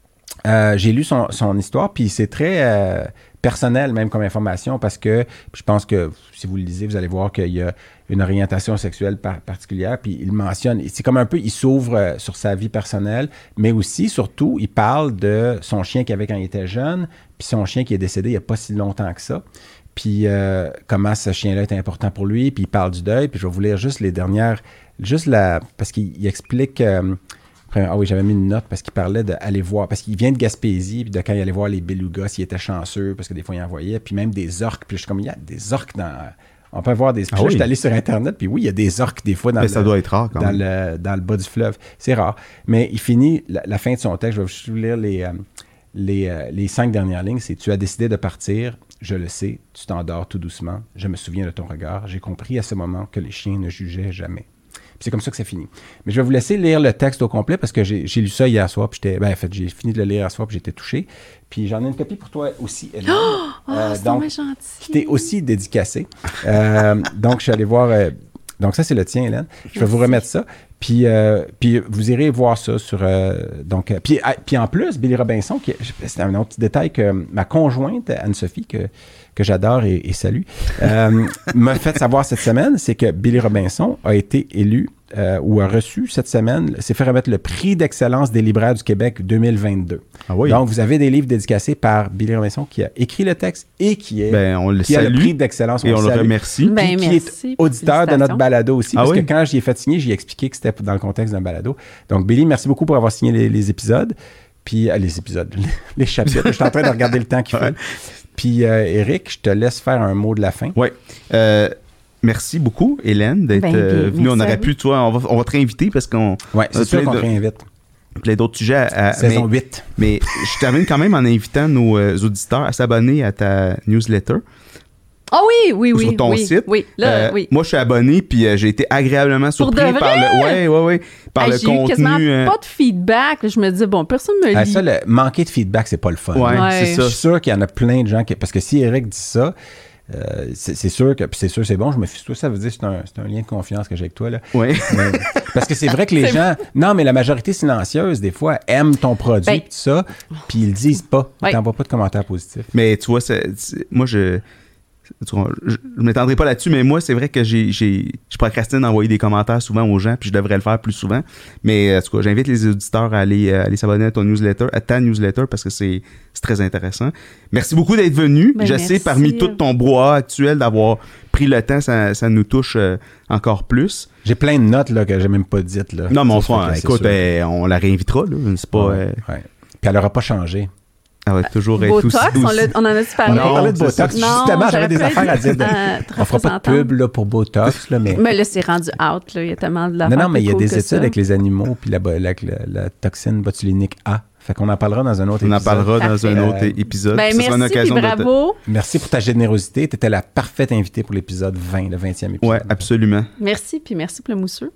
euh, j'ai lu son, son histoire, puis c'est très... Euh, personnel même comme information parce que je pense que si vous le lisez, vous allez voir qu'il y a une orientation sexuelle par- particulière, puis il mentionne, c'est comme un peu, il s'ouvre euh, sur sa vie personnelle, mais aussi, surtout, il parle de son chien qu'il avait quand il était jeune, puis son chien qui est décédé il n'y a pas si longtemps que ça, puis euh, comment ce chien-là est important pour lui, puis il parle du deuil, puis je vais vous lire juste les dernières, juste la, parce qu'il il explique... Euh, Ah oui, j'avais mis une note parce qu'il parlait d'aller voir, parce qu'il vient de Gaspésie, puis de quand il allait voir les belugas, s'il était chanceux, parce que des fois, il en voyait, puis même des orques, puis je suis comme, il y a des orques dans, On peut voir des... Puis Ah là, oui. je suis allé sur Internet, puis oui, il y a des orques des fois dans, Ben, le, ça doit être rare quand dans, même. le, dans le bas du fleuve. C'est rare. Mais il finit la, la fin de son texte. Je vais juste vous lire les, euh, les, euh, les cinq dernières lignes. C'est « Tu as décidé de partir. Je le sais. Tu t'endors tout doucement. Je me souviens de ton regard. J'ai compris à ce moment que les chiens ne jugeaient jamais. » Puis c'est comme ça que ça finit. Mais je vais vous laisser lire le texte au complet parce que j'ai, j'ai lu ça hier soir. Puis j'étais, ben, en fait, j'ai fini de le lire hier soir puis j'étais touché. Puis j'en ai une copie pour toi aussi, Hélène. Oh, Euh, c'est donc, tellement gentil. qui t'est aussi dédicacé. Euh, donc, je suis allé voir... euh, donc, ça, c'est le tien, Hélène. Je vais vous remettre ça. Puis, euh, puis vous irez voir ça sur... Euh, donc, euh, puis, ah, puis en plus, Billy Robinson, qui, c'est un autre petit détail que ma conjointe, Anne-Sophie, que, que j'adore et, et salue, euh, m'a fait savoir cette semaine, c'est que Billy Robinson a été élu euh, ou a reçu cette semaine, s'est fait remettre le prix d'excellence des libraires du Québec deux mille vingt-deux. Ah oui. Donc, vous avez des livres dédicacés par Billy Robinson qui a écrit le texte et qui, est, Ben, on le qui a le salue prix d'excellence. et on le salue. remercie. Ben, Puis qui merci, est auditeur de notre félicitations. balado aussi, Ah parce oui? que quand j'y ai fait signer, j'ai expliqué que c'était dans le contexte d'un balado. Donc, Billy, merci beaucoup pour avoir signé les, les épisodes. Puis, euh, les épisodes, les chapitres. Je suis en train de regarder le temps qu'il Ouais. fait. Puis, euh, Éric, je te laisse faire un mot de la fin. Oui. Euh, merci beaucoup, Hélène, d'être Ben, euh, venue. merci On à aurait vous. pu, toi, on va, on va te réinviter parce qu'on Ouais, Euh, c'est sûr plein qu'on de- te réinvite. a plein d'autres sujets. À, à- Saison mais, huit. mais je termine quand même en invitant nos euh, auditeurs à s'abonner à ta newsletter. Ah oui, oui, oui. Sur ton oui, site. Oui, là, Euh, oui. Moi, je suis abonné, puis euh, j'ai été agréablement Pour surpris de par le, ouais, ouais, ouais, par Hey, le j'ai eu contenu. quasiment euh, pas de feedback. Je me dis, bon, personne me Ah, lit. ça, le manquer de feedback, c'est pas le fun. Ouais, Ouais. c'est Je ça. suis sûr qu'il y en a plein de gens qui... Parce que si Eric dit ça, euh, c'est, c'est sûr que... Puis c'est sûr, c'est bon, je me fie sur toi. Ça veut dire que c'est un, c'est un lien de confiance que j'ai avec toi, là. Ouais. Mais- parce que c'est vrai que les C'est gens... Non, mais la majorité silencieuse, des fois, aiment ton produit, Ben- pis tout ça, puis ils le disent pas. Ils Ouais. t'envoient pas de commentaires positifs. Mais tu vois, c'est- c'est- moi, je. tu vois, Je ne m'étendrai pas là-dessus, mais moi, c'est vrai que j'ai, j'ai, je procrastine d'envoyer des commentaires souvent aux gens, puis je devrais le faire plus souvent. Mais en tout cas, j'invite les auditeurs à aller, à aller s'abonner à ton newsletter, à ta newsletter, parce que c'est, c'est très intéressant. Merci beaucoup d'être venu. Ben, je merci. sais, parmi tout ton brouhaha actuel, d'avoir pris le temps, ça, ça nous touche euh, encore plus. J'ai plein de notes là, que j'ai même pas dites. Là. Non, mais on, Ça fait fera- que c'est écoute, sûr. ben, on la réinvitera. Là. C'est pas, Ouais, euh, ouais. Puis elle aura pas changé. elle va toujours être Botox, aussi on, douce. l'a- on en a-tu On parlé? a parlé de c'est ça. Botox. Non, Justement, j'avais des j'aurais affaires à dire. de- pu être, euh, On fera pas de pub là, pour Botox, là, mais... Mais là, c'est rendu out. Là. Il y a tellement de Non, l'affaire non, mais plus il y a cool des que études ça. avec les animaux puis la, la, la, la toxine botulinque A. Fait qu'on en parlera dans un autre On en épisode. parlera dans Parfait. un autre Euh, épisode. Ben, Ce sera une merci, puis occasion de te- bravo. Merci pour ta générosité. Tu étais la parfaite invitée pour l'épisode vingt, le vingtième épisode. Ouais, absolument. Merci, puis merci pour le mousseux.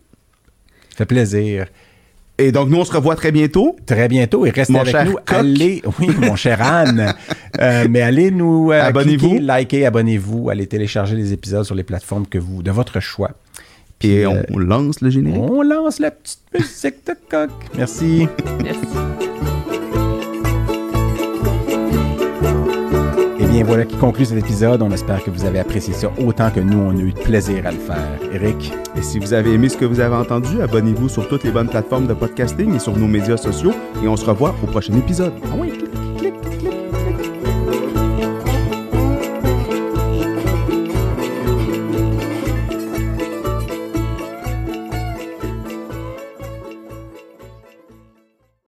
Ça fait plaisir. Et donc, nous, on se revoit très bientôt. Très bientôt et restez Mon avec cher nous. coq. Allez, oui, mon cher Anne. Euh, mais allez nous euh, Abonnez-vous. cliquer, liker, abonnez-vous, allez télécharger les épisodes sur les plateformes que vous, de votre choix. Puis, Et on, euh, on lance le générique. on lance la petite musique de coq. Merci. Merci. Et bien voilà qui conclut cet épisode. On espère que vous avez apprécié ça autant que nous, on a eu de plaisir à le faire. Éric? Et si vous avez aimé ce que vous avez entendu, abonnez-vous sur toutes les bonnes plateformes de podcasting et sur nos médias sociaux. Et on se revoit au prochain épisode. Ah oui,